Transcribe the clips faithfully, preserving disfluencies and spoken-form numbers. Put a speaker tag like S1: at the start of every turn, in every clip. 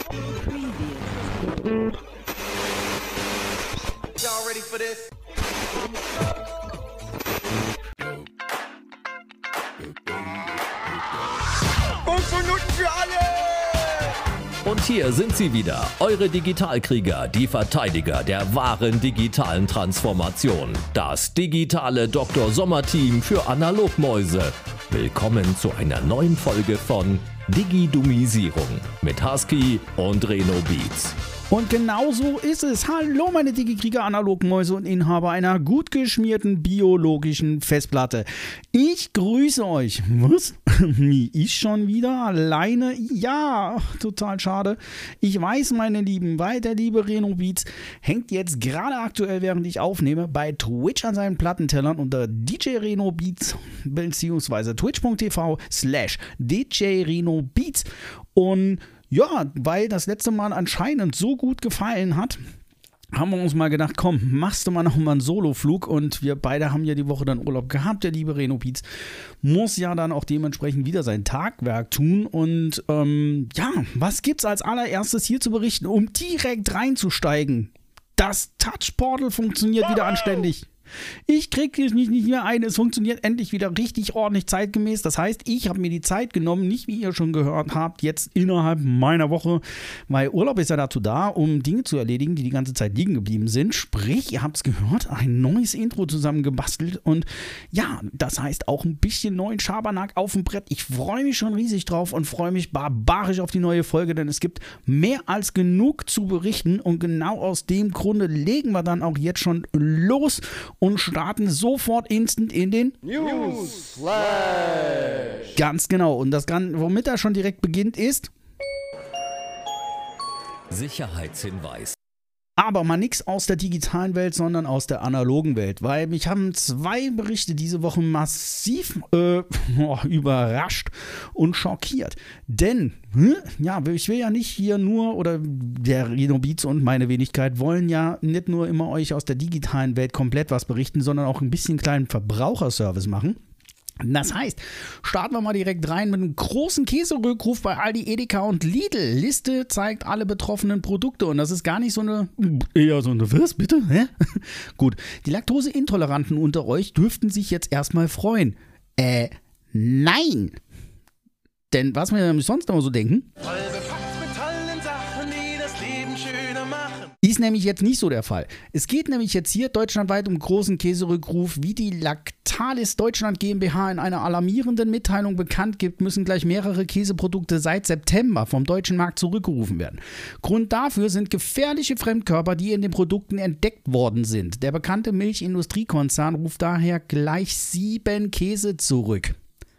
S1: Y'all ready for this? Fünf Minuten für alle!
S2: Und hier sind sie wieder, eure Digitalkrieger, die Verteidiger der wahren digitalen Transformation. Das digitale Doktor Sommer-Team für Analogmäuse. Willkommen zu einer neuen Folge von Digidumisierung mit Husky und Reno Beats.
S3: Und genau so ist es. Hallo meine Digi-Krieger, Analogmäuse und Inhaber einer gut geschmierten biologischen Festplatte. Ich grüße euch. Was? Wie, ich schon wieder? Alleine? Ja, total schade. Ich weiß, meine Lieben, weil der liebe Reno Beats hängt jetzt gerade aktuell, während ich aufnehme, bei Twitch an seinen Plattentellern unter D J Reno Beats beziehungsweise twitch.tv slash DJ Reno Beats. Und ja, weil das letzte Mal anscheinend so gut gefallen hat, haben wir uns mal gedacht, komm, machst du mal noch mal einen Soloflug, und wir beide haben ja die Woche dann Urlaub gehabt. Der liebe Reno Beats muss ja dann auch dementsprechend wieder sein Tagwerk tun, und ähm, ja, was gibt's als allererstes hier zu berichten, um direkt reinzusteigen? Das Touch Portal funktioniert wieder anständig. Ich kriege es nicht, nicht mehr ein, es funktioniert endlich wieder richtig ordentlich zeitgemäß. Das heißt, ich habe mir die Zeit genommen, nicht wie ihr schon gehört habt, jetzt innerhalb meiner Woche, weil Urlaub ist ja dazu da, um Dinge zu erledigen, die die ganze Zeit liegen geblieben sind. Sprich, ihr habt es gehört, ein neues Intro zusammengebastelt, und ja, das heißt auch ein bisschen neuen Schabernack auf dem Brett. Ich freue mich schon riesig drauf und freue mich barbarisch auf die neue Folge, denn es gibt mehr als genug zu berichten, und genau aus dem Grunde legen wir dann auch jetzt schon los und starten sofort instant in den
S1: Newsflash.
S3: Ganz genau. Und das, womit er schon direkt beginnt, ist
S2: Sicherheitshinweis.
S3: aber mal nichts aus der digitalen Welt, sondern aus der analogen Welt, weil mich haben zwei Berichte diese Woche massiv äh, oh, überrascht und schockiert. Denn, hm, ja, ich will ja nicht hier nur, oder der Reno Beats und meine Wenigkeit wollen ja nicht nur immer euch aus der digitalen Welt komplett was berichten, sondern auch ein bisschen kleinen Verbraucherservice machen. Das heißt, starten wir mal direkt rein mit einem großen Käserückruf bei Aldi, Edeka und Lidl. Liste zeigt alle betroffenen Produkte, und das ist gar nicht so eine, eher so eine, was, bitte? Hä? Gut, die Laktoseintoleranten unter euch dürften sich jetzt erstmal freuen. Äh, nein! Denn was wir nämlich sonst immer so denken,
S1: Voll bepackt mit tollen Sachen, die das Leben schöner machen.
S3: ist nämlich jetzt nicht so der Fall. Es geht nämlich jetzt hier deutschlandweit um einen großen Käserückruf. Wie die Lactalis Deutschland GmbH in einer alarmierenden Mitteilung bekannt gibt, müssen gleich mehrere Käseprodukte seit September vom deutschen Markt zurückgerufen werden. Grund dafür sind gefährliche Fremdkörper, die in den Produkten entdeckt worden sind. Der bekannte Milchindustriekonzern ruft daher gleich sieben Käse zurück.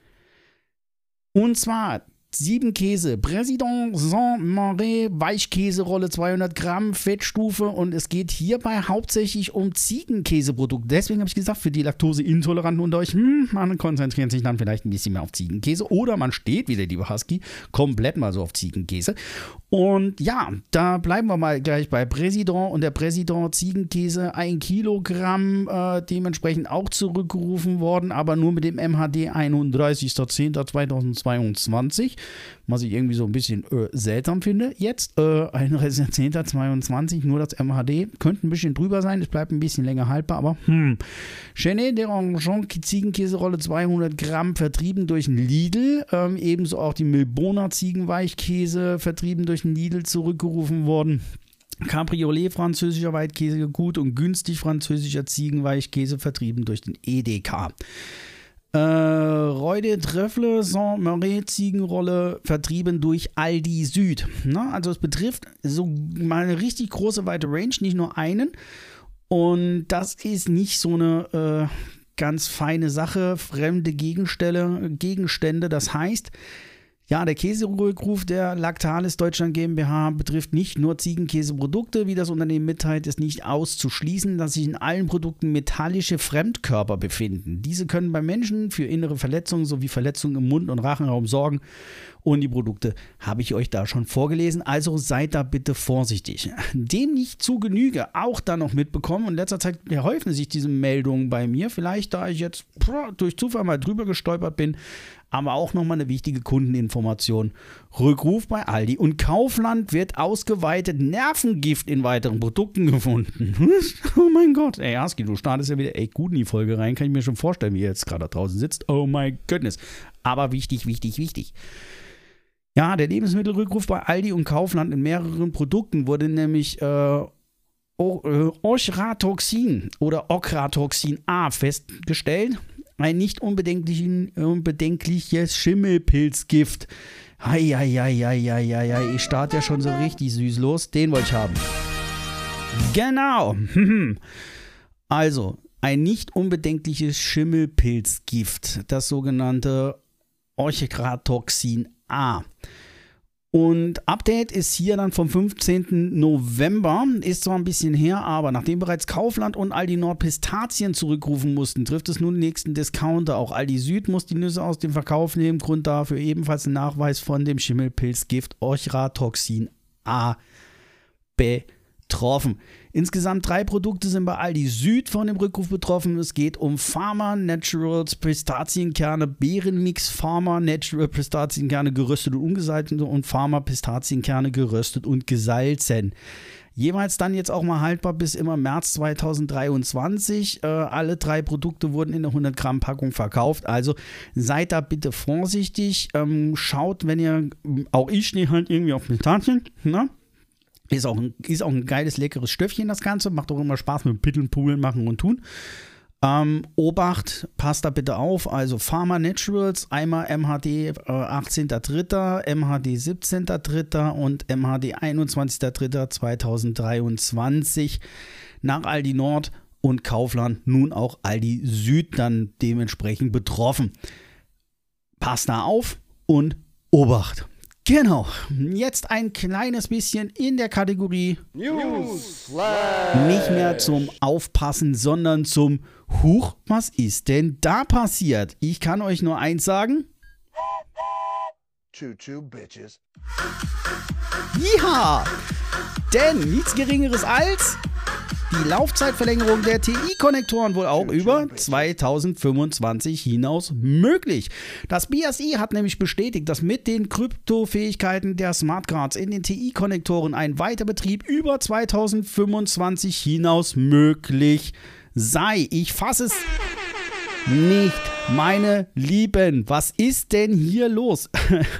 S3: Und zwar sieben Käse, Président Saint-Marais, Weichkäserolle zweihundert Gramm, Fettstufe, und es geht hierbei hauptsächlich um Ziegenkäseprodukte. Deswegen habe ich gesagt, für die Laktoseintoleranten unter euch, hm, man konzentriert sich dann vielleicht ein bisschen mehr auf Ziegenkäse, oder man steht, wie der liebe Husky, komplett mal so auf Ziegenkäse. Und ja, da bleiben wir mal gleich bei Président, und der Président Ziegenkäse ein Kilogramm, äh, dementsprechend auch zurückgerufen worden, aber nur mit dem M H D einunddreißigster zehnter zweitausendzweiundzwanzig. Was ich irgendwie so ein bisschen äh, seltsam finde. Jetzt, äh, einunddreißigster zehnter zweiundzwanzig, nur das M H D. Könnte ein bisschen drüber sein, es bleibt ein bisschen länger haltbar, aber hm. Chenet d'Orangeon Ziegenkäserolle zweihundert Gramm, vertrieben durch den Lidl. Ähm, ebenso auch die Milboner Ziegenweichkäse, vertrieben durch den Lidl, zurückgerufen worden. Cabriolet französischer Weitkäse, gut und günstig französischer Ziegenweichkäse, vertrieben durch den Edeka. Äh, Reude Treffle Saint-Marais Ziegenrolle, vertrieben durch Aldi Süd. Na, also es betrifft so mal eine richtig große, weite Range, nicht nur einen. Und das ist nicht so eine äh, ganz feine Sache, fremde Gegenstände, Gegenstände. Das heißt, ja, der Käserückruf der Lactalis Deutschland GmbH betrifft nicht nur Ziegenkäseprodukte. Wie das Unternehmen mitteilt, ist nicht auszuschließen, dass sich in allen Produkten metallische Fremdkörper befinden. Diese können bei Menschen für innere Verletzungen sowie Verletzungen im Mund- und Rachenraum sorgen Und die Produkte habe ich euch da schon vorgelesen, also seid da bitte vorsichtig. Dem nicht zu Genüge auch dann noch mitbekommen und in letzter Zeit häufen sich diese Meldungen bei mir, vielleicht da ich jetzt durch Zufall mal drüber gestolpert bin, aber auch nochmal eine wichtige Kundeninformation. Rückruf bei Aldi und Kaufland wird ausgeweitet Nervengift in weiteren Produkten gefunden. Oh mein Gott, ey Aski, du startest ja wieder echt gut in die Folge rein, kann ich mir schon vorstellen, wie ihr jetzt gerade da draußen sitzt. Oh my goodness. Aber wichtig, wichtig, wichtig. Ja, der Lebensmittelrückruf bei Aldi und Kaufland in mehreren Produkten wurde nämlich äh, Ochratoxin oder Ochratoxin A festgestellt. Ein nicht unbedenkliches Schimmelpilzgift. Heieieiei, ich starte ja schon so richtig süß los. Den wollte ich haben. Genau. Also, ein nicht unbedenkliches Schimmelpilzgift. Das sogenannte Ochratoxin A. Und Update ist hier dann vom fünfzehnten November, ist zwar ein bisschen her, aber nachdem bereits Kaufland und Aldi Nord Pistazien zurückrufen mussten, trifft es nun den nächsten Discounter. Auch Aldi Süd muss die Nüsse aus dem Verkauf nehmen, Grund dafür ebenfalls ein Nachweis von dem Schimmelpilzgift Ochratoxin A betroffen. Insgesamt drei Produkte sind bei Aldi Süd von dem Rückruf betroffen. Es geht um Pharma Naturals Pistazienkerne, Beerenmix Pharma Natural Pistazienkerne geröstet und ungesalzen und Pharma Pistazienkerne geröstet und gesalzen. Jeweils dann jetzt auch mal haltbar bis immer März zweitausenddreiundzwanzig. Äh, alle drei Produkte wurden in der hundert Gramm Packung verkauft. Also seid da bitte vorsichtig. Ähm, schaut, wenn ihr, auch ich stehe halt irgendwie auf Pistazien, ne? Ist auch, ein, ist auch ein geiles, leckeres Stöffchen, das Ganze. Macht auch immer Spaß mit Pitteln, Pudeln machen und tun. Ähm, Obacht, passt da bitte auf. Also Pharma Naturals, einmal M H D äh, achtzehnter dritter, M H D siebzehnter dritter und M H D einundzwanzigster dritter zweitausenddreiundzwanzig nach Aldi Nord und Kaufland, nun auch Aldi Süd dann dementsprechend betroffen. Passt da auf und Obacht. Genau, jetzt ein kleines bisschen in der Kategorie News. Nicht mehr zum Aufpassen, sondern zum Huch, was ist denn da passiert? Ich kann euch nur eins sagen.
S1: Choo-choo, bitches.
S3: Ja, denn nichts Geringeres als die Laufzeitverlängerung der T I-Konnektoren wohl auch über zweitausendfünfundzwanzig hinaus möglich. Das B S I hat nämlich bestätigt, dass mit den Kryptofähigkeiten der Smartcards in den T I-Konnektoren ein Weiterbetrieb über zweitausendfünfundzwanzig hinaus möglich sei. Ich fasse es nicht, meine Lieben. Was ist denn hier los?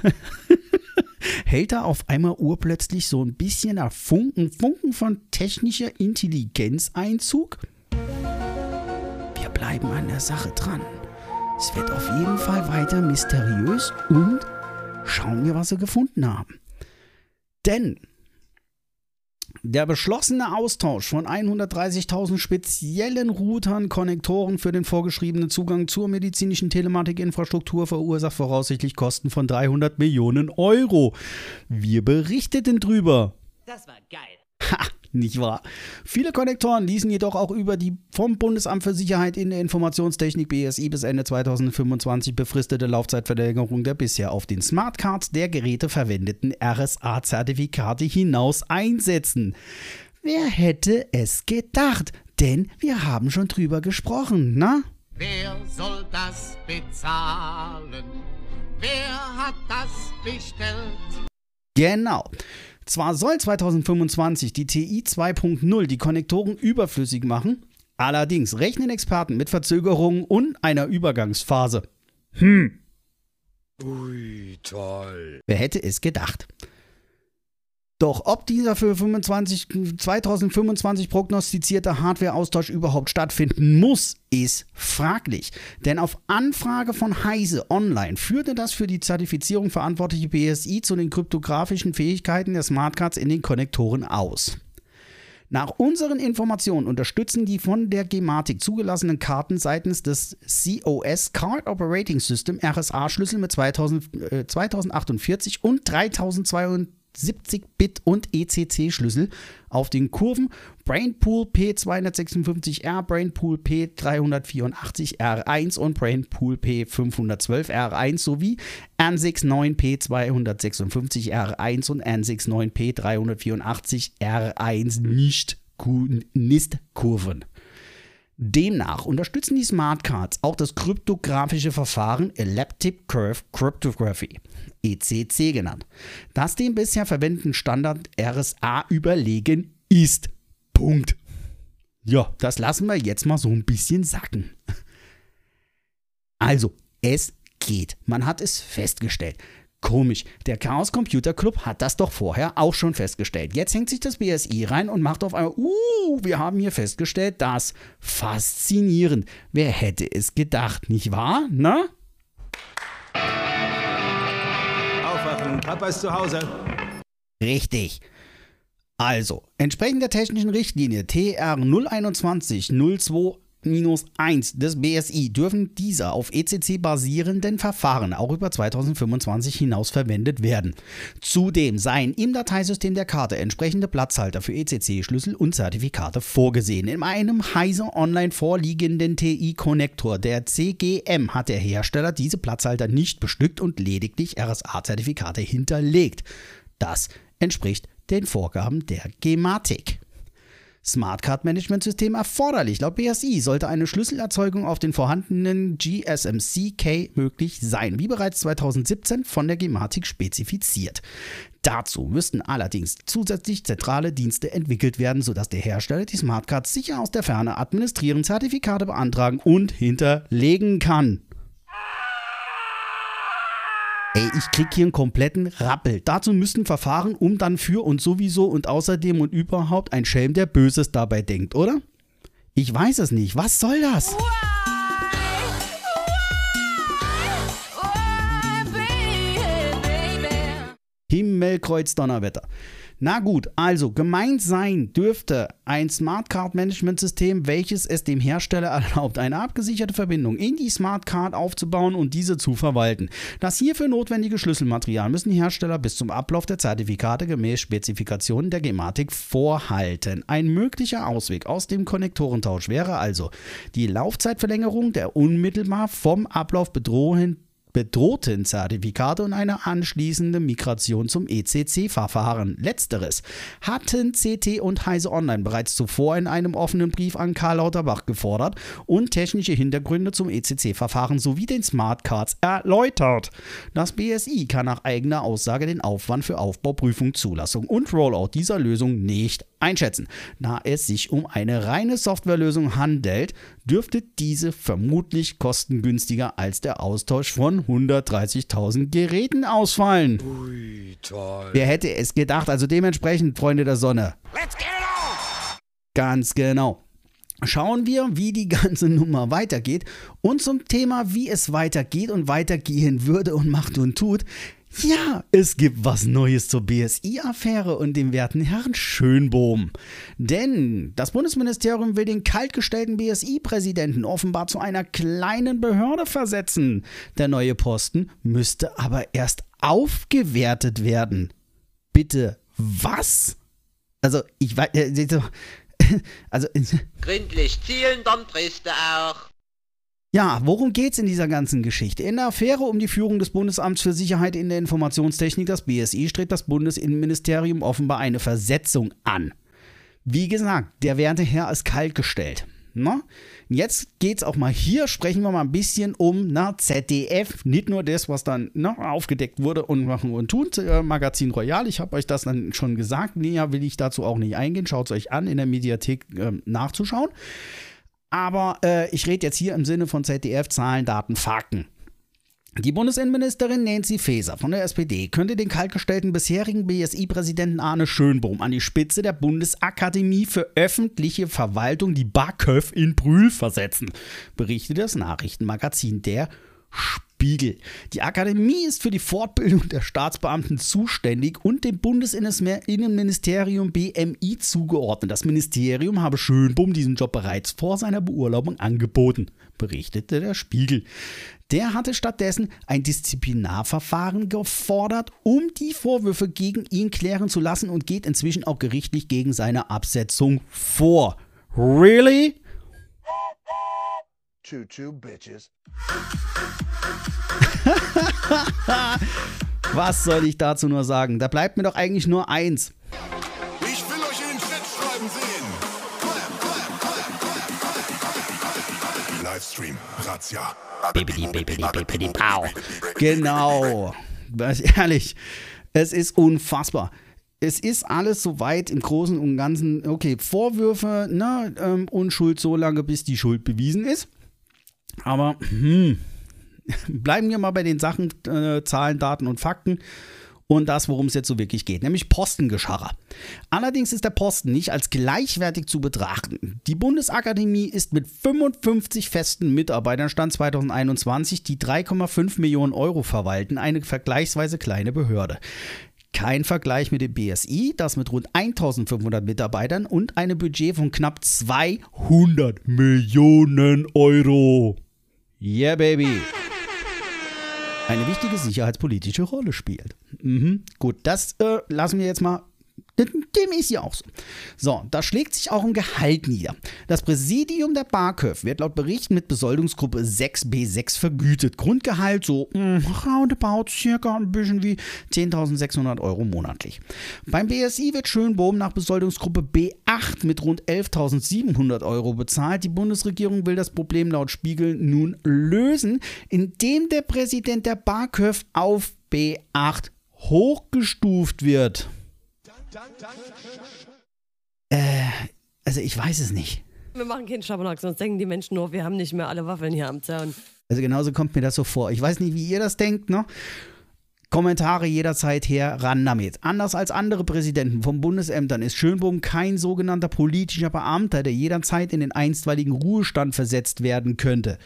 S3: Hält da auf einmal urplötzlich so ein bisschen der Funken, Funken von technischer Intelligenz Einzug? Wir bleiben an der Sache dran. Es wird auf jeden Fall weiter mysteriös und schauen wir, was wir gefunden haben. Denn der beschlossene Austausch von hundertdreißigtausend speziellen Routern, Konnektoren für den vorgeschriebenen Zugang zur medizinischen Telematikinfrastruktur verursacht voraussichtlich Kosten von dreihundert Millionen Euro. Wir berichteten drüber.
S4: Das war geil.
S3: Ha, nicht wahr? Viele Konnektoren ließen jedoch auch über die vom Bundesamt für Sicherheit in der Informationstechnik B S I bis Ende zweitausendfünfundzwanzig befristete Laufzeitverlängerung der bisher auf den Smartcards der Geräte verwendeten R S A-Zertifikate hinaus einsetzen. Wer hätte es gedacht? Denn wir haben schon drüber gesprochen, na?
S5: Wer soll das bezahlen? Wer hat das bestellt?
S3: Genau. Zwar soll zweitausendfünfundzwanzig die T I zwei Punkt null die Konnektoren überflüssig machen, allerdings rechnen Experten mit Verzögerungen und einer Übergangsphase. Hm.
S1: Ui, toll.
S3: Wer hätte es gedacht? Doch ob dieser für zweitausendfünfundzwanzig prognostizierte Hardware-Austausch überhaupt stattfinden muss, ist fraglich. Denn auf Anfrage von Heise Online führte das für die Zertifizierung verantwortliche B S I zu den kryptografischen Fähigkeiten der Smartcards in den Konnektoren aus. Nach unseren Informationen unterstützen die von der Gematik zugelassenen Karten seitens des C O S Card Operating System R S A-Schlüssel mit zweitausend, äh, zweitausendachtundvierzig und dreitausendzweiundsiebzig siebzig Bit und E C C-Schlüssel auf den Kurven Brainpool P zweihundertsechsundfünfzig R, Brainpool P dreihundertvierundachtzig R eins und Brainpool P fünfhundertzwölf R eins sowie N neunundsechzig P zweihundertsechsundfünfzig R eins und N neunundsechzig P dreihundertvierundachtzig R eins nicht Kurven. Demnach unterstützen die Smartcards auch das kryptografische Verfahren Elliptic Curve Cryptography, E C C genannt, das dem bisher verwendeten Standard R S A überlegen ist. Punkt. Ja, das lassen wir jetzt mal so ein bisschen sacken. Also, es geht. Man hat es festgestellt. Komisch, der Chaos Computer Club hat das doch vorher auch schon festgestellt. Jetzt hängt sich das B S I rein und macht auf einmal, uh, wir haben hier festgestellt, das faszinierend. Wer hätte es gedacht, nicht wahr? Na?
S1: Aufwachen, Papa ist zu Hause.
S3: Richtig. Also, entsprechend der technischen Richtlinie T R null einundzwanzig null zwei eins des B S I dürfen diese auf E C C basierenden Verfahren auch über zweitausendfünfundzwanzig hinaus verwendet werden. Zudem seien im Dateisystem der Karte entsprechende Platzhalter für E C C-Schlüssel und Zertifikate vorgesehen. In einem Heise online vorliegenden T I-Konnektor der C G M hat der Hersteller diese Platzhalter nicht bestückt und lediglich R S A-Zertifikate hinterlegt. Das entspricht den Vorgaben der Gematik. Smartcard-Management-System erforderlich. Laut B S I sollte eine Schlüsselerzeugung auf den vorhandenen G S M C-Key möglich sein, wie bereits zweitausendsiebzehn von der Gematik spezifiziert. Dazu müssten allerdings zusätzlich zentrale Dienste entwickelt werden, sodass der Hersteller die Smartcards sicher aus der Ferne administrieren, Zertifikate beantragen und hinterlegen kann. Ey, ich krieg hier einen kompletten Rappel. Dazu müssten Verfahren um dann für und sowieso und außerdem und überhaupt ein Schelm, der Böses dabei denkt, oder? Ich weiß es nicht. Was soll das? Himmelkreuz Donnerwetter. Na gut, also gemeint sein dürfte ein Smartcard-Management-System, welches es dem Hersteller erlaubt, eine abgesicherte Verbindung in die Smartcard aufzubauen und diese zu verwalten. Das hierfür notwendige Schlüsselmaterial müssen die Hersteller bis zum Ablauf der Zertifikate gemäß Spezifikationen der Gematik vorhalten. Ein möglicher Ausweg aus dem Konnektorentausch wäre also die Laufzeitverlängerung der unmittelbar vom Ablauf bedrohenden bedrohten Zertifikate und eine anschließende Migration zum E C C-Verfahren. Letzteres hatten C T und Heise Online bereits zuvor in einem offenen Brief an Karl Lauterbach gefordert und technische Hintergründe zum E C C-Verfahren sowie den Smartcards erläutert. Das B S I kann nach eigener Aussage den Aufwand für Aufbau, Prüfung, Zulassung und Rollout dieser Lösung nicht einschätzen. Da es sich um eine reine Softwarelösung handelt, dürfte diese vermutlich kostengünstiger als der Austausch von hundertdreißigtausend Geräten ausfallen.
S1: Ui, toll.
S3: Wer hätte es gedacht? Also dementsprechend, Freunde der Sonne.
S5: Let's get it on!
S3: Ganz genau. Schauen wir, wie die ganze Nummer weitergeht. Und zum Thema, wie es weitergeht und weitergehen würde und macht und tut. Ja, es gibt was Neues zur B S I-Affäre und dem werten Herrn Schönbohm. Denn das Bundesministerium will den kaltgestellten B S I-Präsidenten offenbar zu einer kleinen Behörde versetzen. Der neue Posten müsste aber erst aufgewertet werden. Bitte, was? Also, ich weiß... Also...
S4: Gründlich zielen, dann triffst du auch.
S3: Ja, worum geht's in dieser ganzen Geschichte? In der Affäre um die Führung des Bundesamts für Sicherheit in der Informationstechnik, das B S I, strebt das Bundesinnenministerium offenbar eine Versetzung an. Wie gesagt, der werte Herr ist kaltgestellt. Na? Jetzt geht's auch mal hier, sprechen wir mal ein bisschen um na, Z D F, nicht nur das, was dann na, aufgedeckt wurde und machen und tun, äh, Magazin Royal, ich habe euch das dann schon gesagt, näher will ich dazu auch nicht eingehen, schaut es euch an, in der Mediathek äh, nachzuschauen. Aber äh, ich rede jetzt hier im Sinne von Z D F, Zahlen, Daten, Fakten. Die Bundesinnenministerin Nancy Faeser von der S P D könnte den kaltgestellten bisherigen B S I-Präsidenten Arne Schönbohm an die Spitze der Bundesakademie für öffentliche Verwaltung, die BAKÖV, in Brühl versetzen, berichtet das Nachrichtenmagazin Der Spiegel. Die Akademie ist für die Fortbildung der Staatsbeamten zuständig und dem Bundesinnenministerium B M I zugeordnet. Das Ministerium habe Schönbohm diesen Job bereits vor seiner Beurlaubung angeboten, berichtete der Spiegel. Der hatte stattdessen ein Disziplinarverfahren gefordert, um die Vorwürfe gegen ihn klären zu lassen und geht inzwischen auch gerichtlich gegen seine Absetzung vor. Really?
S1: Choo choo bitches.
S3: Was soll ich dazu nur sagen? Da bleibt mir doch eigentlich nur eins.
S6: Ich will euch in den Chat schreiben sehen. Clap, clap, clap, clap, clap. Livestream, Razzia.
S3: Genau. Was, ehrlich, es ist unfassbar. Es ist alles soweit im Großen und Ganzen, okay, Vorwürfe, na, ähm, Unschuld so lange, bis die Schuld bewiesen ist. Aber hm, bleiben wir mal bei den Sachen, äh, Zahlen, Daten und Fakten und das, worum es jetzt so wirklich geht, nämlich Postengescharrer. Allerdings ist der Posten nicht als gleichwertig zu betrachten. Die Bundesakademie ist mit fünfundfünfzig festen Mitarbeitern, Stand zwanzig einundzwanzig, die drei Komma fünf Millionen Euro verwalten, eine vergleichsweise kleine Behörde. Kein Vergleich mit dem B S I, das mit rund eintausendfünfhundert Mitarbeitern und einem Budget von knapp zweihundert Millionen Euro. Yeah, baby. Eine wichtige sicherheitspolitische Rolle spielt. Mhm. Gut, das äh, lassen wir jetzt mal. Dem ist ja auch so. So, da schlägt sich auch im Gehalt nieder. Das Präsidium der BAKÖV wird laut Bericht mit Besoldungsgruppe sechs B sechs vergütet. Grundgehalt so mh, roundabout circa ein bisschen wie zehntausendsechshundert Euro monatlich. Beim B S I wird Schönbohm nach Besoldungsgruppe B acht mit rund elftausendsiebenhundert Euro bezahlt. Die Bundesregierung will das Problem laut Spiegel nun lösen, indem der Präsident der BAKÖV auf B acht hochgestuft wird. Äh, also ich weiß es nicht.
S7: Wir machen keinen Schabernack, sonst denken die Menschen nur, wir haben nicht mehr alle Waffeln hier am Zaun.
S3: Also genauso kommt mir das so vor. Ich weiß nicht, wie ihr das denkt, ne? Kommentare jederzeit her, ran damit. Anders als andere Präsidenten von Bundesämtern ist Schönbohm kein sogenannter politischer Beamter, der jederzeit in den einstweiligen Ruhestand versetzt werden könnte.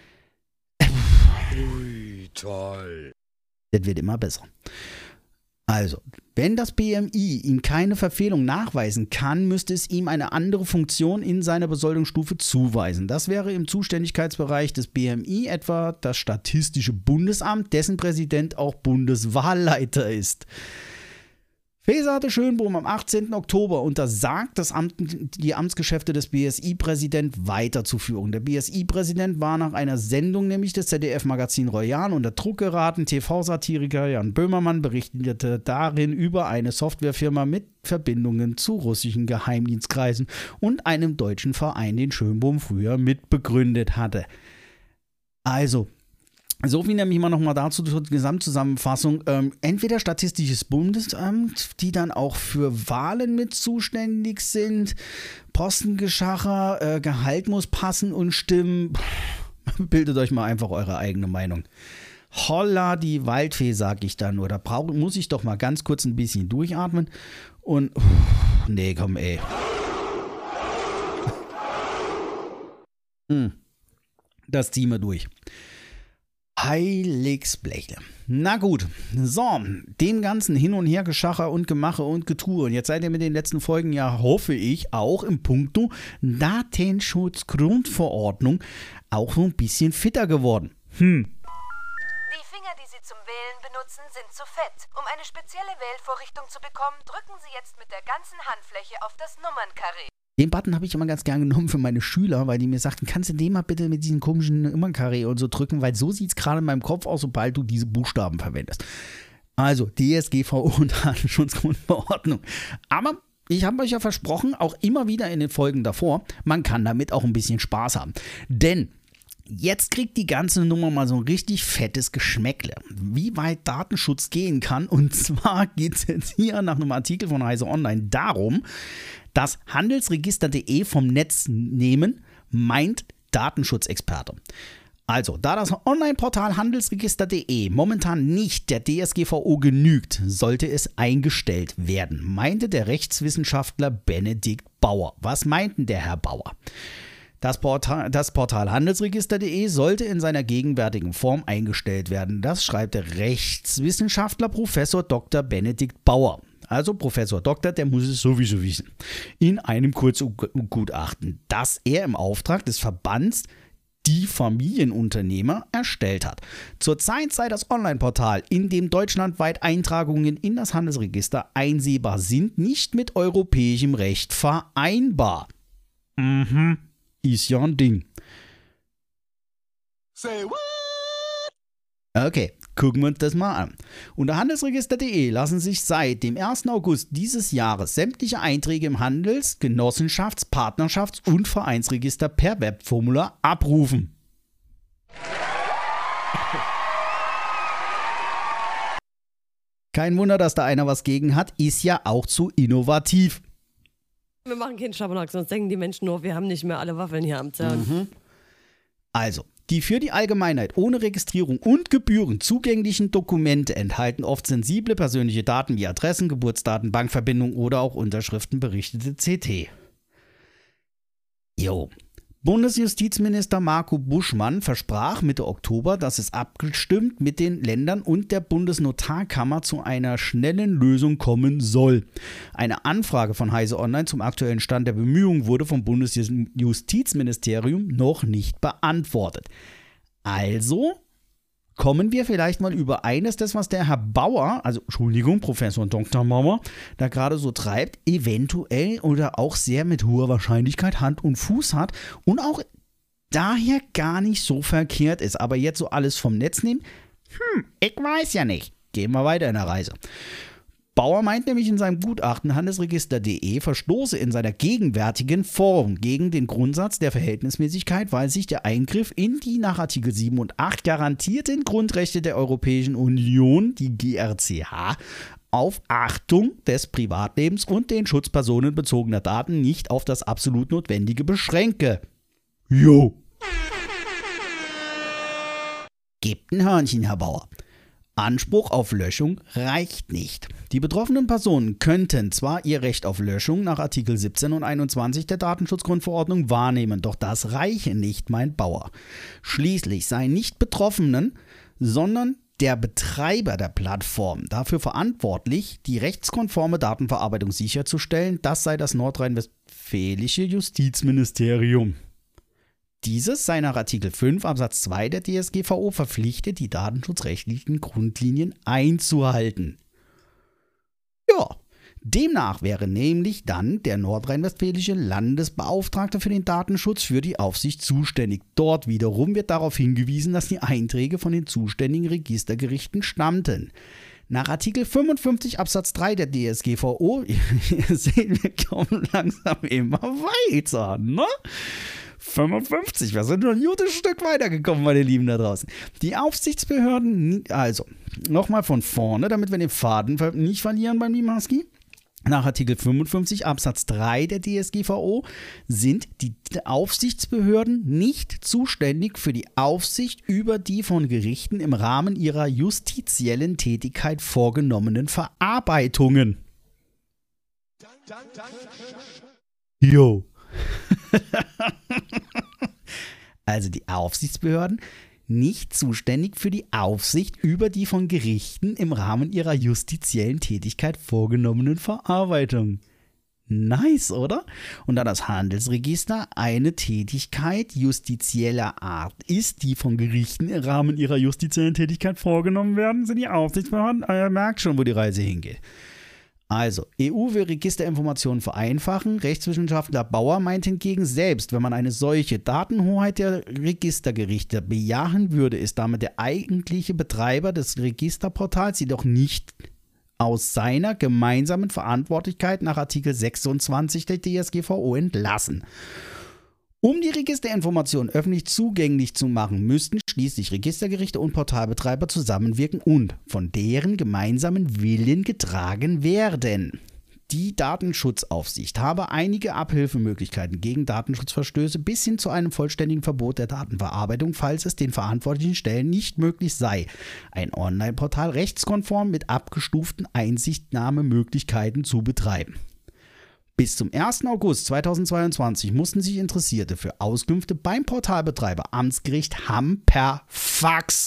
S6: Ui, toll.
S3: Das wird immer besser. Also, wenn das B M I ihm keine Verfehlung nachweisen kann, müsste es ihm eine andere Funktion in seiner Besoldungsstufe zuweisen. Das wäre im Zuständigkeitsbereich des B M I etwa das Statistische Bundesamt, dessen Präsident auch Bundeswahlleiter ist. Faeser hatte Schönbohm am achtzehnten Oktober untersagt, das Amt, die Amtsgeschäfte des B S I-Präsidenten weiterzuführen. Der B S I-Präsident war nach einer Sendung nämlich des Z D F-Magazin Royal unter Druck geraten. T V-Satiriker Jan Böhmermann berichtete darin über eine Softwarefirma mit Verbindungen zu russischen Geheimdienstkreisen und einem deutschen Verein, den Schönbohm früher mitbegründet hatte. Also, so viel nämlich mal nochmal dazu zur Gesamtzusammenfassung. Ähm, entweder Statistisches Bundesamt, die dann auch für Wahlen mit zuständig sind, Postengeschacher, äh, Gehalt muss passen und stimmen. Bildet euch mal einfach eure eigene Meinung. Holla die Waldfee, sag ich dann. Oder brauch, muss ich doch mal ganz kurz ein bisschen durchatmen. Und, uff, nee, komm ey. Hm. Das ziehen wir durch. Heiligsblechle. Na gut, so, dem ganzen Hin- und Hergeschacher und Gemache und Getue. Und jetzt seid ihr mit den letzten Folgen ja, hoffe ich, auch im Punkto Datenschutzgrundverordnung auch so ein bisschen fitter geworden. Hm.
S8: Die Finger, die Sie zum Wählen benutzen, sind zu fett. Um eine spezielle Wählvorrichtung zu bekommen, drücken Sie jetzt mit der ganzen Handfläche auf das Nummernkarree.
S3: Den Button habe ich immer ganz gern genommen für meine Schüler, weil die mir sagten, kannst du den mal bitte mit diesem komischen Nummernkarree und so drücken, weil so sieht es gerade in meinem Kopf aus, sobald du diese Buchstaben verwendest. Also D S G V O und Datenschutzgrundverordnung. Aber ich habe euch ja versprochen, auch immer wieder in den Folgen davor, man kann damit auch ein bisschen Spaß haben. Denn jetzt kriegt die ganze Nummer mal so ein richtig fettes Geschmäckle, wie weit Datenschutz gehen kann. Und zwar geht es jetzt hier nach einem Artikel von Heise Online darum, dass Handelsregister punkt de vom Netz nehmen, meint Datenschutzexperte. Also, da das Online-Portal Handelsregister punkt de momentan nicht der D S G V O genügt, sollte es eingestellt werden, meinte der Rechtswissenschaftler Benedikt Bauer. Was meint denn der Herr Bauer? Das Portal, das Portal handelsregister punkt de sollte in seiner gegenwärtigen Form eingestellt werden. Das schreibt der Rechtswissenschaftler Professor Doktor Benedikt Bauer. Also Professor Doktor, der muss es sowieso wissen. In einem Kurzgutachten, das er im Auftrag des Verbands Die Familienunternehmer erstellt hat. Zurzeit sei das Online-Portal, in dem deutschlandweit Eintragungen in das Handelsregister einsehbar sind, nicht mit europäischem Recht vereinbar. Mhm, ist ja ein Ding.
S6: Say what?
S3: Okay, gucken wir uns das mal an. Unter handelsregister punkt de lassen sich seit dem ersten August dieses Jahres sämtliche Einträge im Handels-, Genossenschafts-, Partnerschafts- und Vereinsregister per Webformular abrufen. Kein Wunder, dass da einer was gegen hat, ist ja auch zu innovativ.
S7: Wir machen keinen Schabernack, sonst denken die Menschen nur, wir haben nicht mehr alle Waffeln hier am Zahn.
S3: Mhm. Also, die für die Allgemeinheit ohne Registrierung und Gebühren zugänglichen Dokumente enthalten oft sensible persönliche Daten wie Adressen, Geburtsdaten, Bankverbindungen oder auch Unterschriften, berichtete C T. Jo. Bundesjustizminister Marco Buschmann versprach Mitte Oktober, dass es abgestimmt mit den Ländern und der Bundesnotarkammer zu einer schnellen Lösung kommen soll. Eine Anfrage von Heise Online zum aktuellen Stand der Bemühungen wurde vom Bundesjustizministerium noch nicht beantwortet. Also kommen wir vielleicht mal über eines, das was der Herr Bauer, also Entschuldigung, Professor Doktor Bauer, da gerade so treibt, eventuell oder auch sehr mit hoher Wahrscheinlichkeit Hand und Fuß hat und auch daher gar nicht so verkehrt ist. Aber jetzt so alles vom Netz nehmen, hm, ich weiß ja nicht. Gehen wir weiter in der Reise. Bauer meint nämlich in seinem Gutachten handelsregister punkt de verstoße in seiner gegenwärtigen Form gegen den Grundsatz der Verhältnismäßigkeit, weil sich der Eingriff in die nach Artikel sieben und acht garantierten Grundrechte der Europäischen Union, die G R C H, auf Achtung des Privatlebens und den Schutz personenbezogener Daten nicht auf das absolut Notwendige beschränke. Jo. Gebt ein Hörnchen, Herr Bauer. Anspruch auf Löschung reicht nicht. Die betroffenen Personen könnten zwar ihr Recht auf Löschung nach Artikel siebzehn und einundzwanzig der Datenschutzgrundverordnung wahrnehmen, doch das reiche nicht, meint Bauer. Schließlich seien nicht Betroffenen, sondern der Betreiber der Plattform dafür verantwortlich, die rechtskonforme Datenverarbeitung sicherzustellen. Das sei das nordrhein-westfälische Justizministerium. Dieses sei nach Artikel fünf Absatz zwei der D S G V O verpflichtet, die datenschutzrechtlichen Grundlinien einzuhalten. Ja, demnach wäre nämlich dann der nordrhein-westfälische Landesbeauftragte für den Datenschutz für die Aufsicht zuständig. Dort wiederum wird darauf hingewiesen, dass die Einträge von den zuständigen Registergerichten stammten. Nach Artikel fünfundfünfzig Absatz drei der D S G V O, ihr seht, wir kommen langsam immer weiter, ne? fünfundfünfzig, wir sind nur ein gutes Stück weitergekommen, meine Lieben da draußen. Die Aufsichtsbehörden, also nochmal von vorne, damit wir den Faden nicht verlieren beim lieben Husky. Nach Artikel fünfundfünfzig Absatz drei der D S G V O sind die Aufsichtsbehörden nicht zuständig für die Aufsicht über die von Gerichten im Rahmen ihrer justiziellen Tätigkeit vorgenommenen Verarbeitungen. Jo. Also die Aufsichtsbehörden nicht zuständig für die Aufsicht über die von Gerichten im Rahmen ihrer justiziellen Tätigkeit vorgenommenen Verarbeitung. Nice, oder? Und da das Handelsregister eine Tätigkeit justizieller Art ist, die von Gerichten im Rahmen ihrer justiziellen Tätigkeit vorgenommen werden, sind die Aufsichtsbehörden, ihr merkt schon, wo die Reise hingeht. Also, E U will Registerinformationen vereinfachen. Rechtswissenschaftler Bauer meint hingegen, selbst wenn man eine solche Datenhoheit der Registergerichte bejahen würde, ist damit der eigentliche Betreiber des Registerportals jedoch nicht aus seiner gemeinsamen Verantwortlichkeit nach Artikel sechsundzwanzig der D S G V O entlassen. Um die Registerinformationen öffentlich zugänglich zu machen, müssten schließlich Registergerichte und Portalbetreiber zusammenwirken und von deren gemeinsamen Willen getragen werden. Die Datenschutzaufsicht habe einige Abhilfemöglichkeiten gegen Datenschutzverstöße bis hin zu einem vollständigen Verbot der Datenverarbeitung, falls es den verantwortlichen Stellen nicht möglich sei, ein Online-Portal rechtskonform mit abgestuften Einsichtnahmemöglichkeiten zu betreiben. Bis zum ersten August zweitausendzweiundzwanzig mussten sich Interessierte für Auskünfte beim Portalbetreiber Amtsgericht Hamm per Fax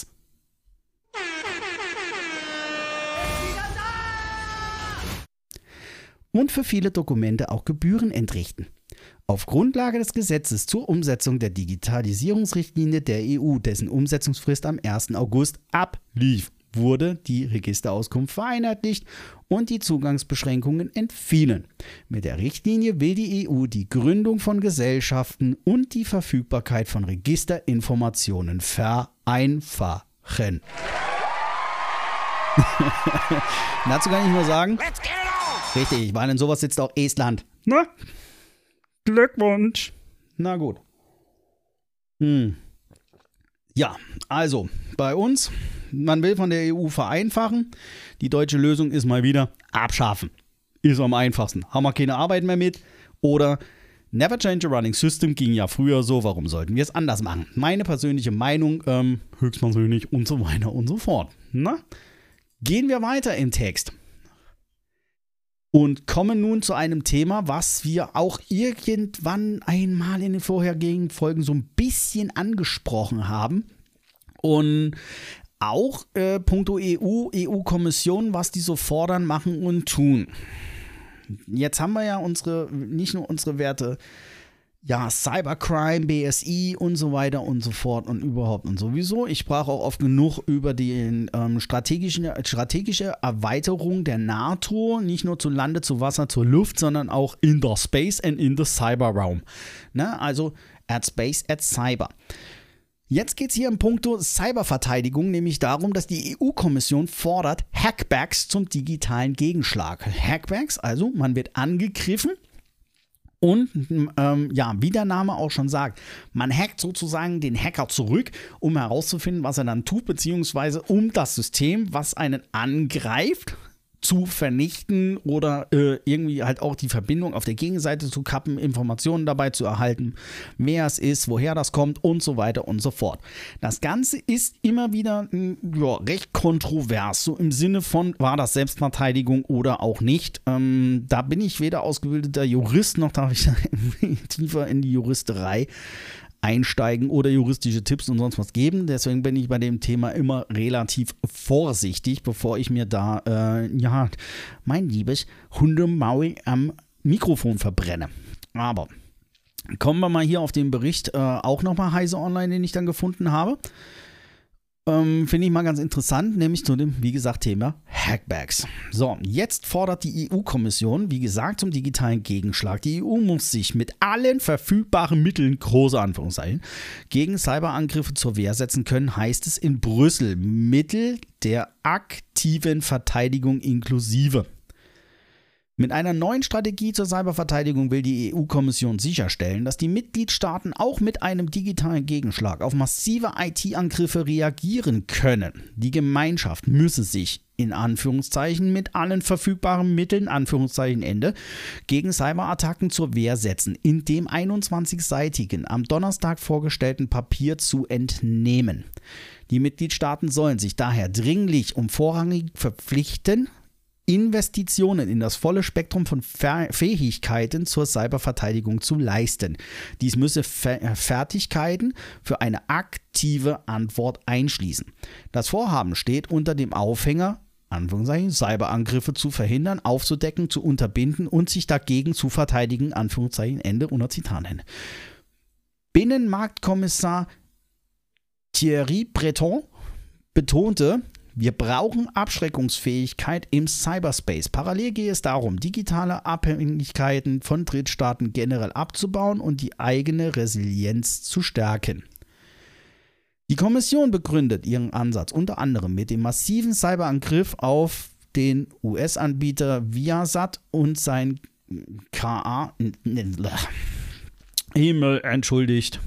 S3: und für viele Dokumente auch Gebühren entrichten. Auf Grundlage des Gesetzes zur Umsetzung der Digitalisierungsrichtlinie der E U, dessen Umsetzungsfrist am ersten August ablief, wurde die Registerauskunft vereinheitlicht und die Zugangsbeschränkungen entfielen. Mit der Richtlinie will die E U die Gründung von Gesellschaften und die Verfügbarkeit von Registerinformationen vereinfachen. Dazu kann ich nur sagen, richtig, weil in sowas sitzt auch Estland. Na? Glückwunsch. Na gut. Hm. Ja, also bei uns, man will von der E U vereinfachen. Die deutsche Lösung ist mal wieder abschaffen. Ist am einfachsten. Haben wir keine Arbeit mehr mit. Oder never change a running system ging ja früher so. Warum sollten wir es anders machen? Meine persönliche Meinung, ähm, höchstpersönlich und so weiter und so fort. Na? Gehen wir weiter im Text. Und kommen nun zu einem Thema, was wir auch irgendwann einmal in den vorhergehenden Folgen so ein bisschen angesprochen haben. Und auch äh, puncto E U, E U-Kommission, was die so fordern, machen und tun. Jetzt haben wir ja unsere, nicht nur unsere Werte, ja, Cybercrime, B S I und so weiter und so fort und überhaupt und sowieso. Ich sprach auch oft genug über die ähm, strategische, strategische Erweiterung der NATO, nicht nur zu Lande, zu Wasser, zur Luft, sondern auch in der Space and in the Cyber Realm. Ne? Also at Space, at Cyber. Jetzt geht es hier im Punkto Cyberverteidigung nämlich darum, dass die E U-Kommission fordert Hackbacks zum digitalen Gegenschlag. Hackbacks, also man wird angegriffen. Und ähm, ja, wie der Name auch schon sagt, man hackt sozusagen den Hacker zurück, um herauszufinden, was er dann tut, beziehungsweise um das System, was einen angreift, zu vernichten oder äh, irgendwie halt auch die Verbindung auf der Gegenseite zu kappen, Informationen dabei zu erhalten, wer es ist, woher das kommt und so weiter und so fort. Das Ganze ist immer wieder ja, recht kontrovers, so im Sinne von, war das Selbstverteidigung oder auch nicht. Ähm, da bin ich weder ausgebildeter Jurist, noch darf ich da tiefer in die Juristerei einsteigen oder juristische Tipps und sonst was geben. Deswegen bin ich bei dem Thema immer relativ vorsichtig, bevor ich mir da, äh, ja, mein liebes Hundemaul am Mikrofon verbrenne. Aber kommen wir mal hier auf den Bericht äh, auch nochmal Heise Online, den ich dann gefunden habe. Ähm, finde ich mal ganz interessant, nämlich zu dem, wie gesagt, Thema Hackbacks. So, jetzt fordert die E U-Kommission, wie gesagt, zum digitalen Gegenschlag. Die E U muss sich mit allen verfügbaren Mitteln, große Anführungszeichen, gegen Cyberangriffe zur Wehr setzen können, heißt es in Brüssel. Mittel der aktiven Verteidigung inklusive. Mit einer neuen Strategie zur Cyberverteidigung will die E U-Kommission sicherstellen, dass die Mitgliedstaaten auch mit einem digitalen Gegenschlag auf massive I T-Angriffe reagieren können. Die Gemeinschaft müsse sich in Anführungszeichen mit allen verfügbaren Mitteln, Anführungszeichen Ende, gegen Cyberattacken zur Wehr setzen, in dem einundzwanzigseitigen am Donnerstag vorgestellten Papier zu entnehmen. Die Mitgliedstaaten sollen sich daher dringlich und vorrangig verpflichten, Investitionen in das volle Spektrum von Fähigkeiten zur Cyberverteidigung zu leisten. Dies müsse Fertigkeiten für eine aktive Antwort einschließen. Das Vorhaben steht unter dem Aufhänger, Anführungszeichen, Cyberangriffe zu verhindern, aufzudecken, zu unterbinden und sich dagegen zu verteidigen, Anführungszeichen, Ende unter Zitatende. Binnenmarktkommissar Thierry Breton betonte, wir brauchen Abschreckungsfähigkeit im Cyberspace. Parallel geht es darum, digitale Abhängigkeiten von Drittstaaten generell abzubauen und die eigene Resilienz zu stärken. Die Kommission begründet ihren Ansatz unter anderem mit dem massiven Cyberangriff auf den U S-Anbieter Viasat und sein K A... Himmel, entschuldigt.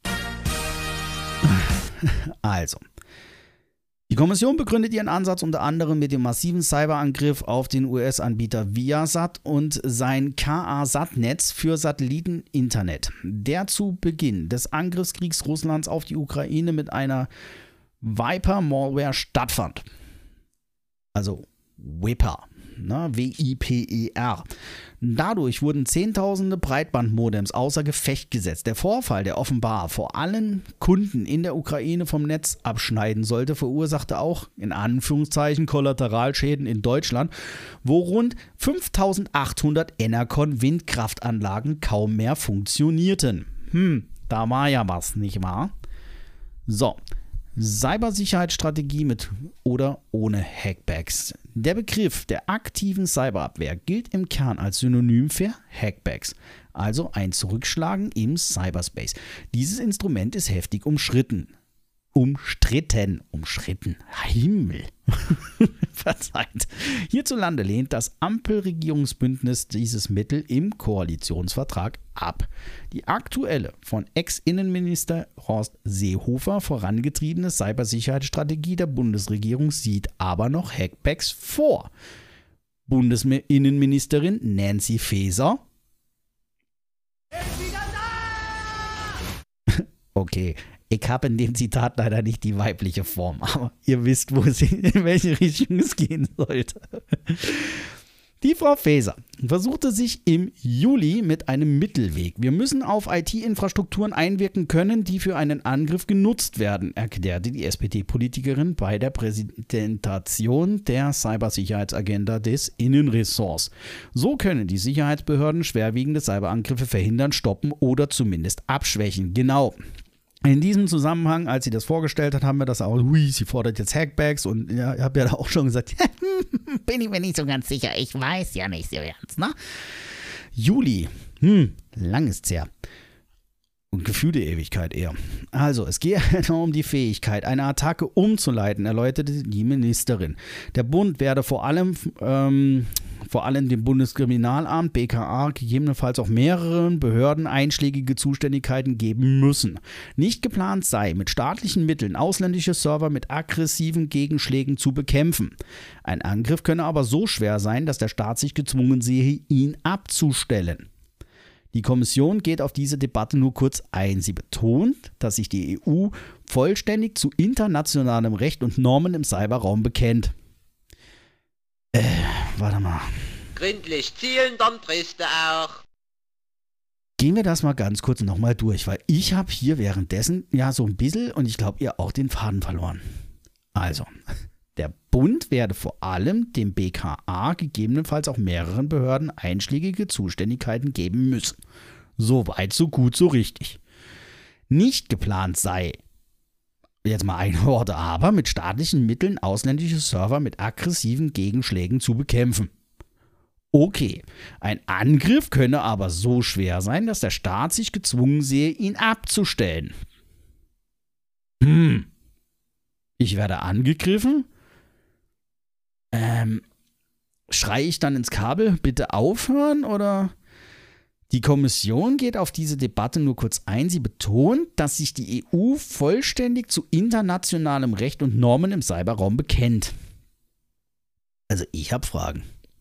S3: Also... Die Kommission begründet ihren Ansatz unter anderem mit dem massiven Cyberangriff auf den U S-Anbieter Viasat und sein K A-Sat-Netz für Satelliteninternet, der zu Beginn des Angriffskriegs Russlands auf die Ukraine mit einer Viper-Malware stattfand. Also Viper, na, W I P E R. Dadurch wurden Zehntausende Breitbandmodems außer Gefecht gesetzt. Der Vorfall, der offenbar vor allen Kunden in der Ukraine vom Netz abschneiden sollte, verursachte auch in Anführungszeichen Kollateralschäden in Deutschland, wo rund fünftausendachthundert Enercon-Windkraftanlagen kaum mehr funktionierten. Hm, da war ja was, nicht wahr? So. Cybersicherheitsstrategie mit oder ohne Hackbacks. Der Begriff der aktiven Cyberabwehr gilt im Kern als Synonym für Hackbacks, also ein Zurückschlagen im Cyberspace. Dieses Instrument ist heftig umschritten. Umstritten. Umschritten. Himmel. Verzeiht. Hierzulande lehnt das Ampelregierungsbündnis dieses Mittel im Koalitionsvertrag ab. Die aktuelle, von Ex-Innenminister Horst Seehofer vorangetriebene Cybersicherheitsstrategie der Bundesregierung sieht aber noch Hackbacks vor. Bundesinnenministerin Nancy Faeser. Okay. Ich habe in dem Zitat leider nicht die weibliche Form, aber ihr wisst, wo es in welche Richtung es gehen sollte. Die Frau Faeser versuchte sich im Juli mit einem Mittelweg. Wir müssen auf I T-Infrastrukturen einwirken können, die für einen Angriff genutzt werden, erklärte die S P D-Politikerin bei der Präsentation der Cybersicherheitsagenda des Innenressorts. So können die Sicherheitsbehörden schwerwiegende Cyberangriffe verhindern, stoppen oder zumindest abschwächen. Genau. In diesem Zusammenhang, als sie das vorgestellt hat, haben wir das auch, hui, sie fordert jetzt Hackbacks und ja, ich habe ja auch schon gesagt, bin ich mir nicht so ganz sicher, ich weiß ja nicht so ganz, ne? Juli, hm, lang ist's her. Und gefühlte Ewigkeit eher. Also, es geht um die Fähigkeit, eine Attacke umzuleiten, erläuterte die Ministerin. Der Bund werde vor allem, ähm, vor allem dem Bundeskriminalamt, B K A, gegebenenfalls auch mehreren Behörden einschlägige Zuständigkeiten geben müssen. Nicht geplant sei, mit staatlichen Mitteln ausländische Server mit aggressiven Gegenschlägen zu bekämpfen. Ein Angriff könne aber so schwer sein, dass der Staat sich gezwungen sehe, ihn abzustellen. Die Kommission geht auf diese Debatte nur kurz ein. Sie betont, dass sich die E U vollständig zu internationalem Recht und Normen im Cyberraum bekennt. Äh, warte mal.
S4: Gründlich zielen, dann triffst du auch.
S3: Gehen wir das mal ganz kurz nochmal durch, weil ich habe hier währenddessen ja so ein bisschen und ich glaube ihr auch den Faden verloren. Also, der Bund werde vor allem dem B K A, gegebenenfalls auch mehreren Behörden, einschlägige Zuständigkeiten geben müssen. So weit, so gut, so richtig. Nicht geplant sei, jetzt mal ein Wort, aber mit staatlichen Mitteln ausländische Server mit aggressiven Gegenschlägen zu bekämpfen. Okay, ein Angriff könne aber so schwer sein, dass der Staat sich gezwungen sehe, ihn abzustellen. Hm. Ich werde angegriffen? Ähm, schreie ich dann ins Kabel, bitte aufhören, oder? Die Kommission geht auf diese Debatte nur kurz ein. Sie betont, dass sich die E U vollständig zu internationalem Recht und Normen im Cyberraum bekennt. Also ich habe Fragen.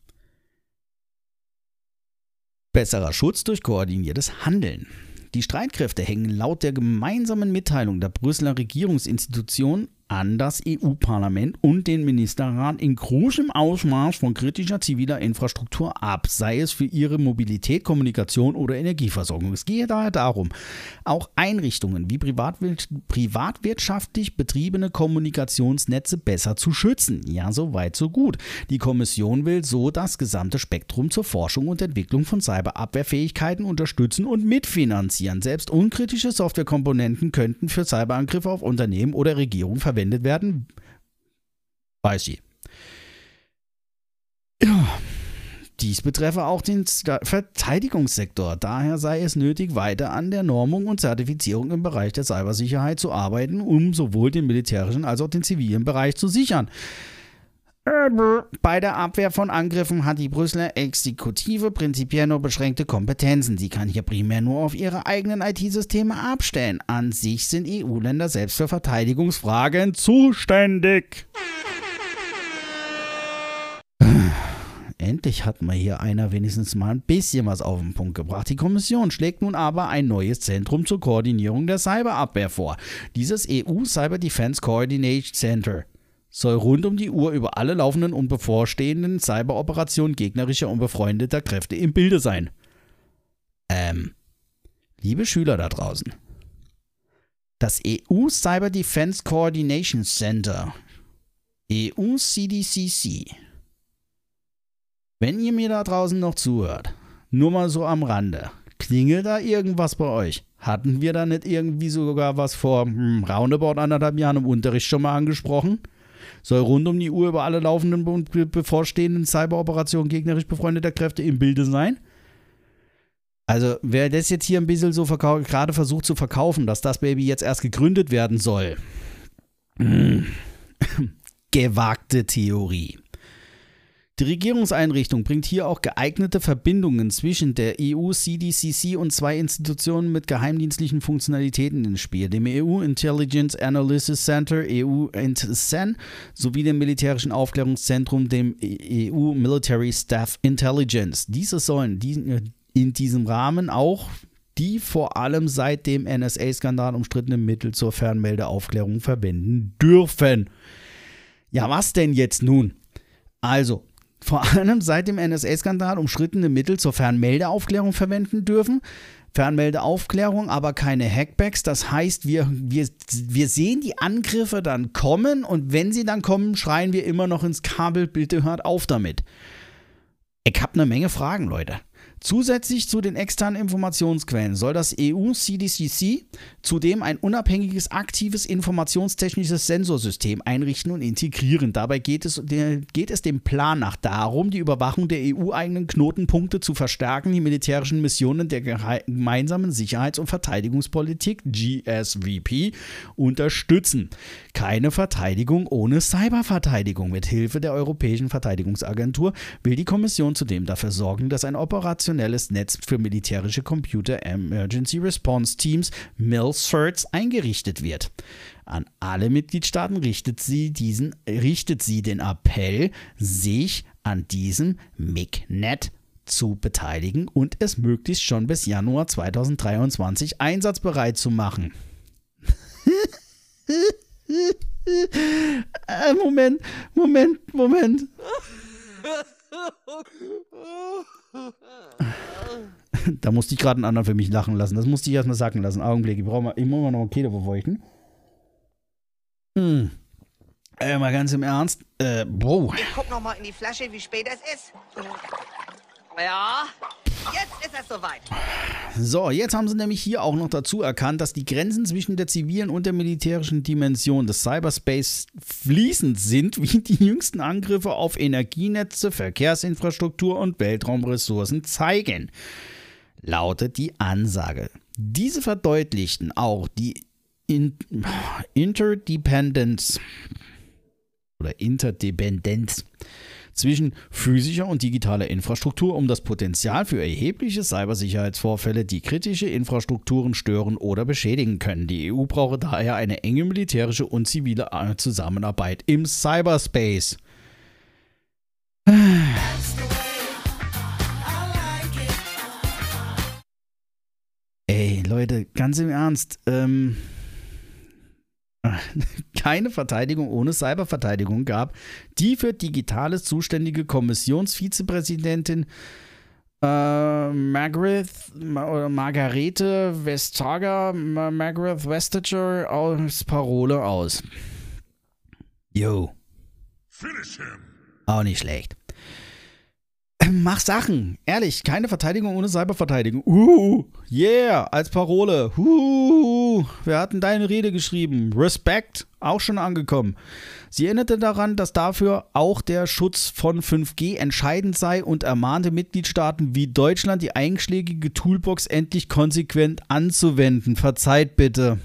S3: Besserer Schutz durch koordiniertes Handeln. Die Streitkräfte hängen laut der gemeinsamen Mitteilung der Brüsseler Regierungsinstitution an das E U-Parlament und den Ministerrat in großem Ausmaß von kritischer ziviler Infrastruktur ab, sei es für ihre Mobilität, Kommunikation oder Energieversorgung. Es gehe daher darum, auch Einrichtungen wie privatwir- privatwirtschaftlich betriebene Kommunikationsnetze besser zu schützen. Ja, so weit, so gut. Die Kommission will so das gesamte Spektrum zur Forschung und Entwicklung von Cyberabwehrfähigkeiten unterstützen und mitfinanzieren. Selbst unkritische Softwarekomponenten könnten für Cyberangriffe auf Unternehmen oder Regierungen verwendet verwendet werden, weiß sie. Ja, dies betreffe auch den Verteidigungssektor. Daher sei es nötig, weiter an der Normung und Zertifizierung im Bereich der Cybersicherheit zu arbeiten, um sowohl den militärischen als auch den zivilen Bereich zu sichern. Bei der Abwehr von Angriffen hat die Brüsseler Exekutive prinzipiell nur beschränkte Kompetenzen. Sie kann hier primär nur auf ihre eigenen I T-Systeme abstellen. An sich sind E U-Länder selbst für Verteidigungsfragen zuständig. Endlich hat mal hier einer wenigstens mal ein bisschen was auf den Punkt gebracht. Die Kommission schlägt nun aber ein neues Zentrum zur Koordinierung der Cyberabwehr vor. Dieses E U Cyber Defense Coordination Center soll rund um die Uhr über alle laufenden und bevorstehenden Cyberoperationen gegnerischer und befreundeter Kräfte im Bilde sein. Ähm, liebe Schüler da draußen, das E U Cyber Defense Coordination Center, E U C D C C, wenn ihr mir da draußen noch zuhört, nur mal so am Rande, klingelt da irgendwas bei euch? Hatten wir da nicht irgendwie sogar was vor hm, roundabout anderthalb Jahren im Unterricht schon mal angesprochen? Soll rund um die Uhr über alle laufenden und bevorstehenden Cyberoperationen gegnerisch befreundeter Kräfte im Bilde sein? Also, wer das jetzt hier ein bisschen so verkau- gerade versucht zu verkaufen, dass das Baby jetzt erst gegründet werden soll. Gewagte Theorie. Die Regierungseinrichtung bringt hier auch geeignete Verbindungen zwischen der E U C D C C und zwei Institutionen mit geheimdienstlichen Funktionalitäten ins Spiel, dem E U Intelligence Analysis Center, E U I N T S A N, sowie dem militärischen Aufklärungszentrum, dem E U Military Staff Intelligence. Diese sollen die, in diesem Rahmen auch die vor allem seit dem N S A-Skandal umstrittenen Mittel zur Fernmeldeaufklärung verwenden dürfen. Ja, was denn jetzt nun? Also, vor allem seit dem N S A-Skandal umstrittene Mittel zur Fernmeldeaufklärung verwenden dürfen. Fernmeldeaufklärung, aber keine Hackbacks. Das heißt, wir, wir, wir sehen die Angriffe dann kommen und wenn sie dann kommen, schreien wir immer noch ins Kabel, bitte hört auf damit. Ich habe eine Menge Fragen, Leute. Zusätzlich zu den externen Informationsquellen soll das E U C D C C zudem ein unabhängiges, aktives informationstechnisches Sensorsystem einrichten und integrieren. Dabei geht es, geht es dem Plan nach darum, die Überwachung der E U-eigenen Knotenpunkte zu verstärken, die militärischen Missionen der gemeinsamen Sicherheits- und Verteidigungspolitik G S V P unterstützen. Keine Verteidigung ohne Cyberverteidigung. Mit Hilfe der Europäischen Verteidigungsagentur will die Kommission zudem dafür sorgen, dass ein operationelles Netz für militärische Computer Emergency Response Teams M I L C E R Ts eingerichtet wird. An alle Mitgliedstaaten richtet sie, diesen, richtet sie den Appell, sich an diesem M I G N E T zu beteiligen und es möglichst schon bis Januar zweitausenddreiundzwanzig einsatzbereit zu machen. äh, Moment, Moment, Moment. Da musste ich gerade einen anderen für mich lachen lassen. Das musste ich erstmal sacken lassen. Augenblick, ich brauche mal immer noch einen Kehle verfeuchten. Hm. Äh, mal ganz im Ernst. Äh, wow.
S9: Ich guck noch mal in die Flasche, wie spät es ist. Ja, jetzt ist es soweit.
S3: So, jetzt haben sie nämlich hier auch noch dazu erkannt, dass die Grenzen zwischen der zivilen und der militärischen Dimension des Cyberspace fließend sind, wie die jüngsten Angriffe auf Energienetze, Verkehrsinfrastruktur und Weltraumressourcen zeigen, lautet die Ansage. Diese verdeutlichten auch die In- Interdependence oder Interdependenz zwischen physischer und digitaler Infrastruktur, um das Potenzial für erhebliche Cybersicherheitsvorfälle, die kritische Infrastrukturen stören oder beschädigen können. Die E U brauche daher eine enge militärische und zivile Zusammenarbeit im Cyberspace. Ey, Leute, ganz im Ernst, ähm... keine Verteidigung ohne Cyberverteidigung gab, die für Digitales zuständige Kommissionsvizepräsidentin äh, Margaret oder Margarete Vestager, Margaret Vestager als Parole aus. Yo.
S6: Finish him.
S3: Auch nicht schlecht. Mach Sachen. Ehrlich, keine Verteidigung ohne Cyberverteidigung. Uh, yeah, als Parole. Uh, wer hat denn deine Rede geschrieben? Respekt, auch schon angekommen. Sie erinnerte daran, dass dafür auch der Schutz von fünf G entscheidend sei und ermahnte Mitgliedstaaten wie Deutschland, die einschlägige Toolbox endlich konsequent anzuwenden. Verzeiht bitte.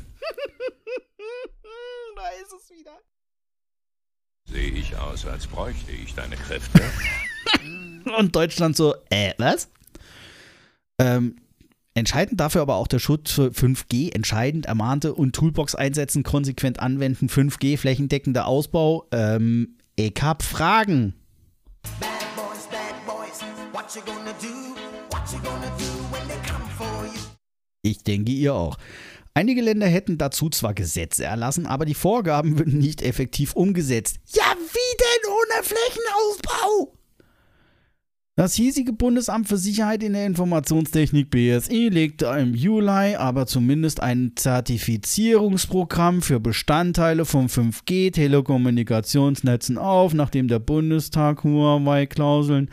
S9: Da ist es wieder.
S10: Sehe ich aus, als bräuchte ich deine Kräfte?
S3: Und Deutschland so, äh, was? Ähm, entscheidend dafür aber auch der Schutz für fünf G, entscheidend ermahnte und Toolbox einsetzen, konsequent anwenden, fünf G, flächendeckender Ausbau. Ähm, ich hab Fragen.
S9: Bad boys, bad boys, what you gonna do? What you gonna do when they come for you?
S3: Ich denke, ihr auch. Einige Länder hätten dazu zwar Gesetze erlassen, aber die Vorgaben würden nicht effektiv umgesetzt. Ja, wie denn ohne Flächenausbau? Das hiesige Bundesamt für Sicherheit in der Informationstechnik B S I legte im Juli aber zumindest ein Zertifizierungsprogramm für Bestandteile von fünf G Telekommunikationsnetzen auf, nachdem der Bundestag Huawei-Klauseln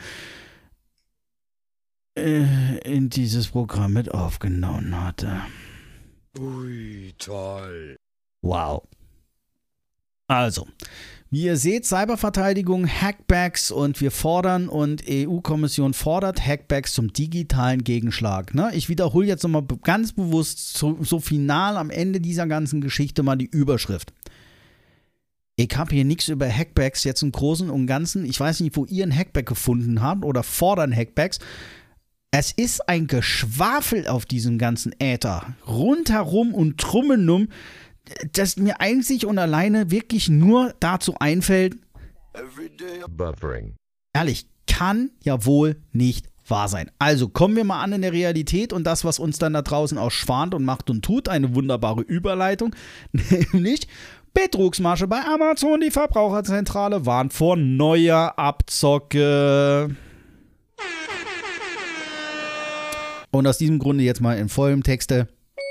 S3: äh, in dieses Programm mit aufgenommen hatte.
S10: Ui, toll.
S3: Wow. Also, wie ihr seht, Cyberverteidigung, Hackbacks und wir fordern und E U-Kommission fordert Hackbacks zum digitalen Gegenschlag. Ne? Ich wiederhole jetzt nochmal ganz bewusst so, so final am Ende dieser ganzen Geschichte mal die Überschrift. Ich habe hier nichts über Hackbacks jetzt im Großen und Ganzen. Ich weiß nicht, wo ihr einen Hackback gefunden habt oder fordern Hackbacks. Es ist ein Geschwafel auf diesem ganzen Äther. Rundherum und drummenum, das mir einzig und alleine wirklich nur dazu einfällt,
S10: Buffering.
S3: Ehrlich, kann ja wohl nicht wahr sein. Also kommen wir mal an in der Realität und das, was uns dann da draußen auch schwant und macht und tut, eine wunderbare Überleitung, nämlich Betrugsmasche bei Amazon. Die Verbraucherzentrale warnt vor neuer Abzocke. Und aus diesem Grunde jetzt mal in vollem Texte.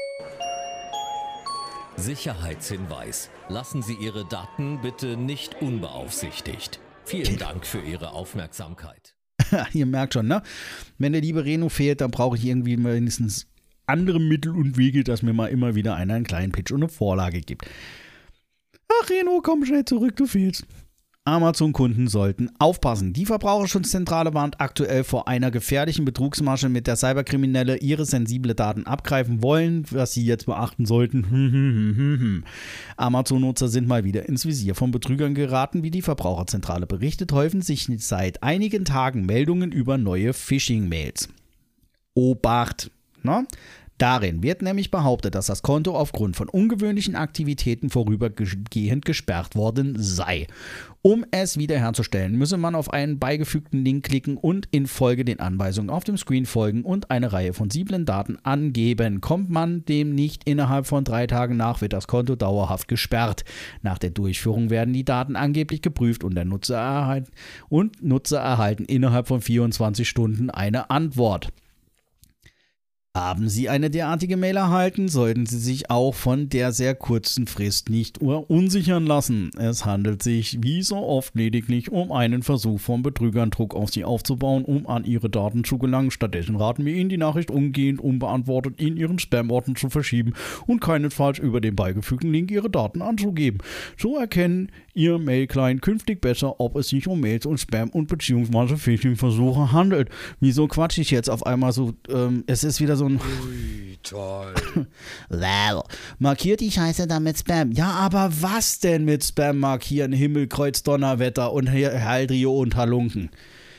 S2: Sicherheitshinweis. Lassen Sie Ihre Daten bitte nicht unbeaufsichtigt. Vielen Dank für Ihre Aufmerksamkeit.
S3: Ihr merkt schon, ne? Wenn der liebe Reno fehlt, dann brauche ich irgendwie mindestens andere Mittel und Wege, dass mir mal immer wieder einer einen kleinen Pitch und eine Vorlage gibt. Ach Reno, komm schnell zurück, du fehlst. Amazon-Kunden sollten aufpassen. Die Verbraucherschutzzentrale warnt aktuell vor einer gefährlichen Betrugsmasche, mit der Cyberkriminelle ihre sensible Daten abgreifen wollen, was sie jetzt beachten sollten. Amazon-Nutzer sind mal wieder ins Visier von Betrügern geraten, wie die Verbraucherzentrale berichtet, häufen sich seit einigen Tagen Meldungen über neue Phishing-Mails. Obacht! Ne? Darin wird nämlich behauptet, dass das Konto aufgrund von ungewöhnlichen Aktivitäten vorübergehend gesperrt worden sei. Um es wiederherzustellen, müsse man auf einen beigefügten Link klicken und in Folge den Anweisungen auf dem Screen folgen und eine Reihe von sensiblen Daten angeben. Kommt man dem nicht innerhalb von drei Tagen nach, wird das Konto dauerhaft gesperrt. Nach der Durchführung werden die Daten angeblich geprüft und der Nutzer erhalten, und Nutzer erhalten innerhalb von vierundzwanzig Stunden eine Antwort. Haben Sie eine derartige Mail erhalten, sollten Sie sich auch von der sehr kurzen Frist nicht verunsichern lassen. Es handelt sich wie so oft lediglich um einen Versuch von Betrügern, Druck auf Sie aufzubauen, um an Ihre Daten zu gelangen. Stattdessen raten wir Ihnen, die Nachricht umgehend unbeantwortet in Ihren Spam-Ordner zu verschieben und keinesfalls über den beigefügten Link Ihre Daten anzugeben. So erkennen Ihr Mail-Client künftig besser, ob es sich um Mails und Spam- und beziehungsweise Phishing-Versuche handelt. Wieso quatsche ich jetzt auf einmal so? Ähm, es ist wieder so
S10: Ui, toll.
S3: Well, markiert die Scheiße dann mit Spam. Ja, aber was denn mit Spam markieren? Himmel, Kreuz, Donnerwetter und Heildrio und Halunken.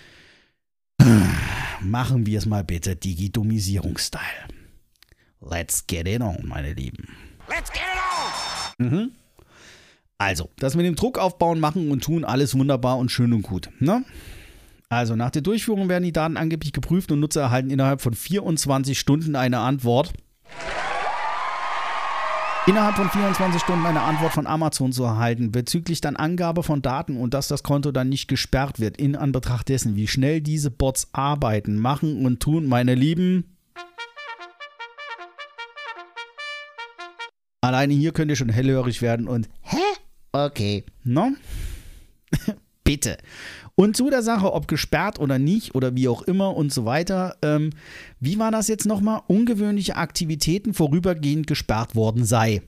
S3: Machen wir es mal bitte Digitomisierungsstyle. Let's get it on, meine Lieben.
S5: Let's get it on!
S3: Mhm. Also, das mit dem Druck aufbauen, machen und tun, alles wunderbar und schön und gut, ne? Also, nach der Durchführung werden die Daten angeblich geprüft und Nutzer erhalten innerhalb von vierundzwanzig Stunden eine Antwort. Innerhalb von vierundzwanzig Stunden eine Antwort von Amazon zu erhalten, bezüglich dann Angabe von Daten und dass das Konto dann nicht gesperrt wird, in Anbetracht dessen, wie schnell diese Bots arbeiten, machen und tun, meine Lieben. Alleine hier könnt ihr schon hellhörig werden und hä? Okay. No? Bitte. Und zu der Sache, ob gesperrt oder nicht oder wie auch immer und so weiter. Ähm, wie war das jetzt nochmal? Ungewöhnliche Aktivitäten vorübergehend gesperrt worden sei.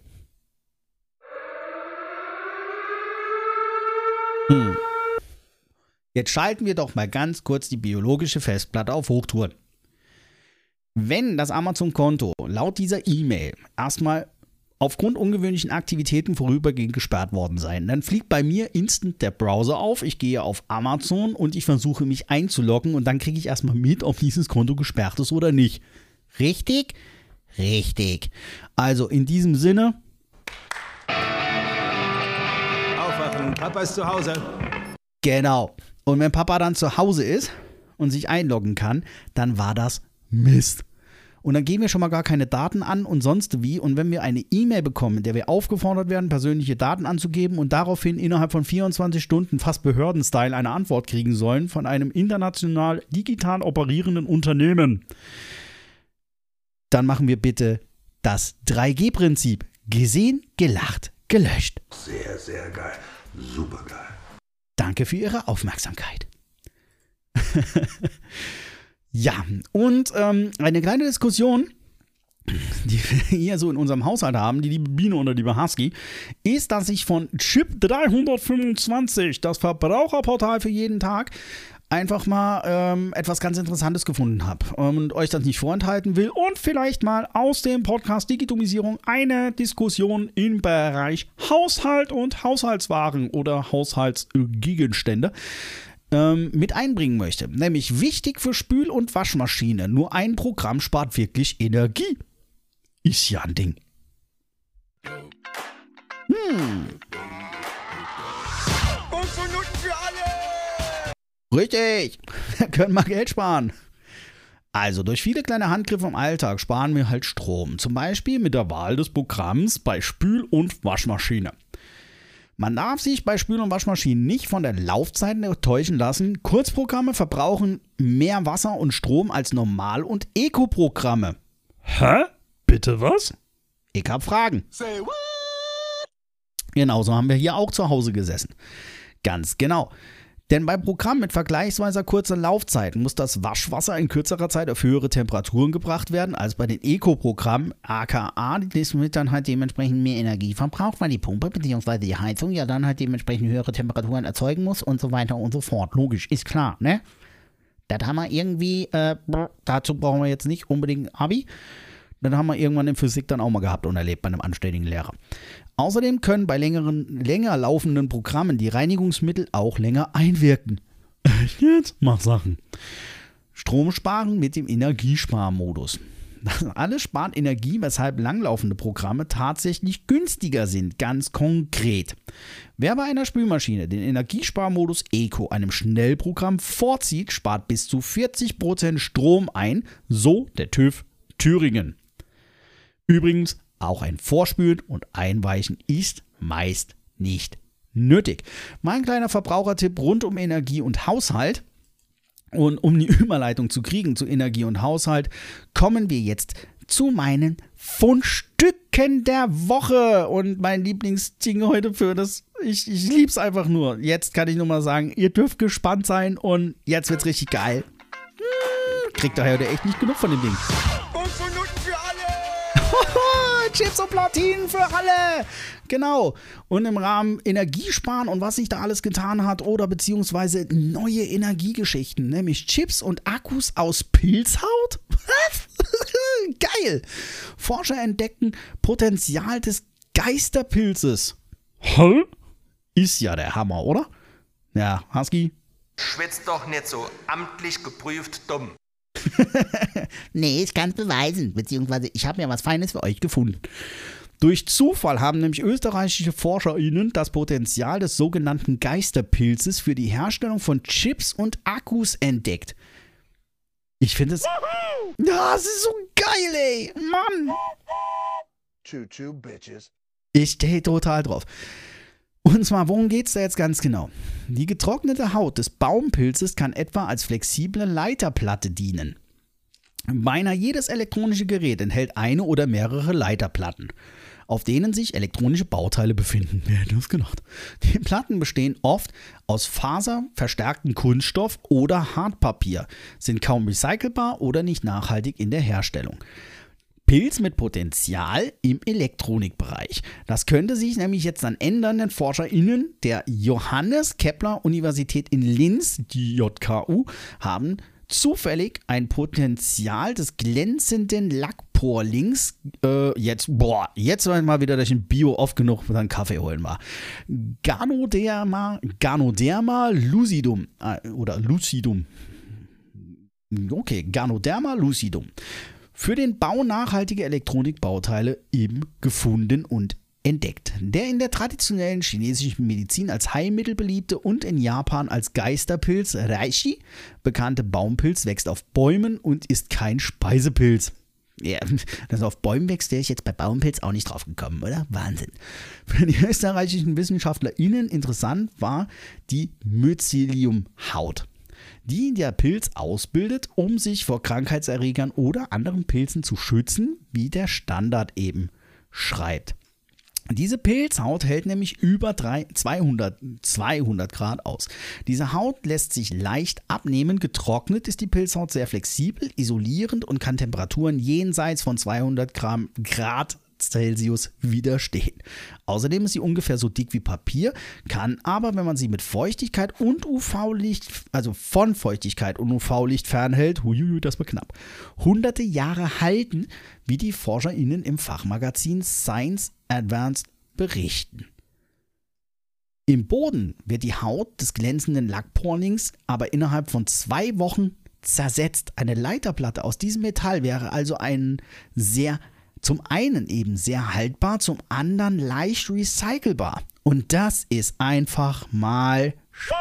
S3: Hm. Jetzt schalten wir doch mal ganz kurz die biologische Festplatte auf Hochtouren. Wenn das Amazon-Konto laut dieser E-Mail erstmal aufgrund ungewöhnlichen Aktivitäten vorübergehend gesperrt worden sein, dann fliegt bei mir instant der Browser auf, ich gehe auf Amazon und ich versuche mich einzuloggen und dann kriege ich erstmal mit, ob dieses Konto gesperrt ist oder nicht. Richtig? Richtig. Also in diesem Sinne.
S1: Aufwachen, Papa ist zu Hause.
S3: Genau. Und wenn Papa dann zu Hause ist und sich einloggen kann, dann war das Mist. Und dann geben wir schon mal gar keine Daten an und sonst wie. Und wenn wir eine E-Mail bekommen, in der wir aufgefordert werden, persönliche Daten anzugeben und daraufhin innerhalb von vierundzwanzig Stunden fast Behördenstyle eine Antwort kriegen sollen von einem international digital operierenden Unternehmen, dann machen wir bitte das drei G Prinzip. Gesehen, gelacht, gelöscht.
S6: Sehr, sehr geil. Super geil.
S3: Danke für Ihre Aufmerksamkeit. Ja, und ähm, eine kleine Diskussion, die wir hier so in unserem Haushalt haben, die liebe Biene oder liebe Husky, ist, dass ich von Chip dreihundertfünfundzwanzig, das Verbraucherportal für jeden Tag, einfach mal ähm, etwas ganz Interessantes gefunden habe und euch das nicht vorenthalten will und vielleicht mal aus dem Podcast Digitalisierung eine Diskussion im Bereich Haushalt und Haushaltswaren oder Haushaltsgegenstände ähm, mit einbringen möchte. Nämlich wichtig für Spül- und Waschmaschine. Nur ein Programm spart wirklich Energie. Ist ja ein Ding. Hm.
S5: fünf Minuten für alle!
S3: Richtig, wir können mal Geld sparen. Also durch viele kleine Handgriffe im Alltag sparen wir halt Strom. Zum Beispiel mit der Wahl des Programms bei Spül- und Waschmaschine. Man darf sich bei Spül- und Waschmaschinen nicht von der Laufzeit täuschen lassen. Kurzprogramme verbrauchen mehr Wasser und Strom als Normal- und Eco-Programme. Hä? Bitte was? Ich hab Fragen.
S6: Say what?
S3: Genauso haben wir hier auch zu Hause gesessen. Ganz genau. Denn bei Programmen mit vergleichsweise kurzer Laufzeit muss das Waschwasser in kürzerer Zeit auf höhere Temperaturen gebracht werden als bei den Eco-Programmen, aka das wird dann halt dementsprechend mehr Energie verbraucht, weil die Pumpe bzw. die Heizung ja dann halt dementsprechend höhere Temperaturen erzeugen muss und so weiter und so fort. Logisch, ist klar, ne? Das haben wir irgendwie, äh, dazu brauchen wir jetzt nicht unbedingt Abi. Das haben wir irgendwann in Physik dann auch mal gehabt und erlebt bei einem anständigen Lehrer. Außerdem können bei längeren, länger laufenden Programmen die Reinigungsmittel auch länger einwirken. Echt jetzt? Mach Sachen. Strom sparen mit dem Energiesparmodus. Das alles spart Energie, weshalb langlaufende Programme tatsächlich günstiger sind, ganz konkret. Wer bei einer Spülmaschine den Energiesparmodus Eco einem Schnellprogramm vorzieht, spart bis zu vierzig Prozent Strom ein, so der TÜV Thüringen. Übrigens, auch ein Vorspülen und Einweichen ist meist nicht nötig. Mein kleiner Verbrauchertipp rund um Energie und Haushalt. Und um die Überleitung zu kriegen zu Energie und Haushalt, kommen wir jetzt zu meinen Fundstücken der Woche. Und mein Lieblingsding heute für das, ich, ich lieb's einfach nur. Jetzt kann ich nur mal sagen, ihr dürft gespannt sein und jetzt wird's richtig geil. Hm, kriegt daher heute echt nicht genug von dem Ding.
S5: fünf Minuten für alle!
S3: Chips und Platinen für alle! Genau. Und im Rahmen Energiesparen und was sich da alles getan hat oder beziehungsweise neue Energiegeschichten, nämlich Chips und Akkus aus Pilzhaut? Geil! Forscher entdecken Potenzial des Geisterpilzes. Hä? Ist ja der Hammer, oder? Ja, Husky?
S11: Schwätzt doch nicht so amtlich geprüft dumm.
S3: Nee, ich kann es beweisen, beziehungsweise ich habe mir was Feines für euch gefunden. Durch Zufall haben nämlich österreichische ForscherInnen das Potenzial des sogenannten Geisterpilzes für die Herstellung von Chips und Akkus entdeckt. Ich finde es... Ja, es ist so geil, ey! Mann!
S6: Choo-choo, bitches.
S3: Ich stehe total drauf. Und zwar, worum geht es da jetzt ganz genau? Die getrocknete Haut des Baumpilzes kann etwa als flexible Leiterplatte dienen. Beinahe jedes elektronische Gerät enthält eine oder mehrere Leiterplatten, auf denen sich elektronische Bauteile befinden. Wer hätte das gedacht? Die Platten bestehen oft aus faserverstärktem Kunststoff oder Hartpapier, sind kaum recycelbar oder nicht nachhaltig in der Herstellung. Pilz mit Potenzial im Elektronikbereich. Das könnte sich nämlich jetzt dann ändern, denn ForscherInnen der Johannes Kepler Universität in Linz, die J K U, haben zufällig ein Potenzial des glänzenden Lackporlings, äh, jetzt, boah, jetzt mal wieder durch ein Bio oft genug dann Kaffee holen war. Ganoderma, Ganoderma lucidum, äh, oder lucidum. Okay, Ganoderma lucidum. Für den Bau nachhaltiger Elektronikbauteile eben gefunden und entdeckt. Der in der traditionellen chinesischen Medizin als Heilmittel beliebte und in Japan als Geisterpilz Reishi bekannte Baumpilz wächst auf Bäumen und ist kein Speisepilz. Ja, dass auf Bäumen wächst, wäre ich jetzt bei Baumpilz auch nicht drauf gekommen, oder? Wahnsinn. Für die österreichischen WissenschaftlerInnen interessant war die Mycelium-Haut, die der Pilz ausbildet, um sich vor Krankheitserregern oder anderen Pilzen zu schützen, wie der Standard eben schreibt. Diese Pilzhaut hält nämlich über zweihundert Grad aus. Diese Haut lässt sich leicht abnehmen. Getrocknet ist die Pilzhaut sehr flexibel, isolierend und kann Temperaturen jenseits von zweihundert Grad Celsius widerstehen. Außerdem ist sie ungefähr so dick wie Papier, kann aber, wenn man sie mit Feuchtigkeit und U V-Licht, also von Feuchtigkeit und U V-Licht fernhält, huiui, das war knapp, hunderte Jahre halten, wie die ForscherInnen im Fachmagazin Science Advanced berichten. Im Boden wird die Haut des glänzenden Lackporlings aber innerhalb von zwei Wochen zersetzt. Eine Leiterplatte aus diesem Metall wäre also ein sehr Zum einen eben sehr haltbar, zum anderen leicht recycelbar. Und das ist einfach mal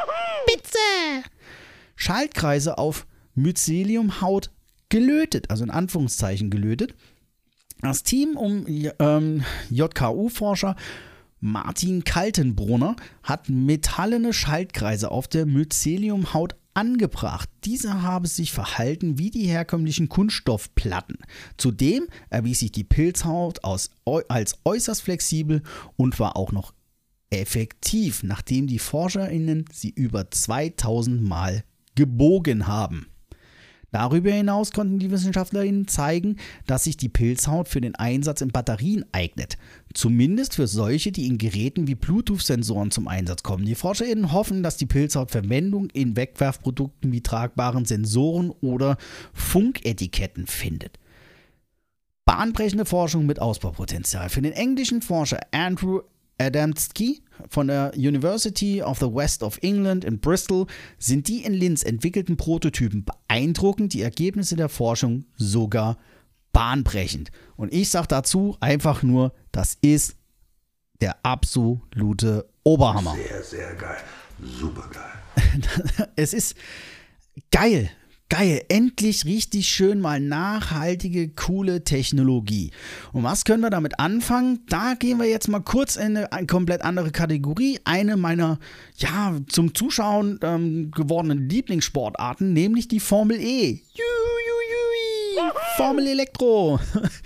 S3: spitze. Schaltkreise auf Mycelium-Haut gelötet, also in Anführungszeichen gelötet. Das Team um ähm, J K U-Forscher Martin Kaltenbrunner hat metallene Schaltkreise auf der Mycelium-Haut angebracht. Diese haben sich verhalten wie die herkömmlichen Kunststoffplatten. Zudem erwies sich die Pilzhaut aus, als äußerst flexibel und war auch noch effektiv, nachdem die ForscherInnen sie über zweitausend Mal gebogen haben. Darüber hinaus konnten die WissenschaftlerInnen zeigen, dass sich die Pilzhaut für den Einsatz in Batterien eignet. Zumindest für solche, die in Geräten wie Bluetooth-Sensoren zum Einsatz kommen. Die ForscherInnen hoffen, dass die Pilzhaut Verwendung in Wegwerfprodukten wie tragbaren Sensoren oder Funketiketten findet. Bahnbrechende Forschung mit Ausbaupotenzial. Für den englischen Forscher Andrew Adamski von der University of the West of England in Bristol sind die in Linz entwickelten Prototypen beeindruckend, die Ergebnisse der Forschung sogar bahnbrechend. Und ich sage dazu einfach nur, das ist der absolute Oberhammer.
S6: Sehr, sehr geil. Super geil.
S3: Es ist geil. Geil, endlich richtig schön mal nachhaltige, coole Technologie. Und was können wir damit anfangen? Da gehen wir jetzt mal kurz in eine, eine komplett andere Kategorie. Eine meiner, ja, zum Zuschauen ähm, gewordenen Lieblingssportarten, nämlich die Formel E. Ju, ju, ju, Formel Elektro.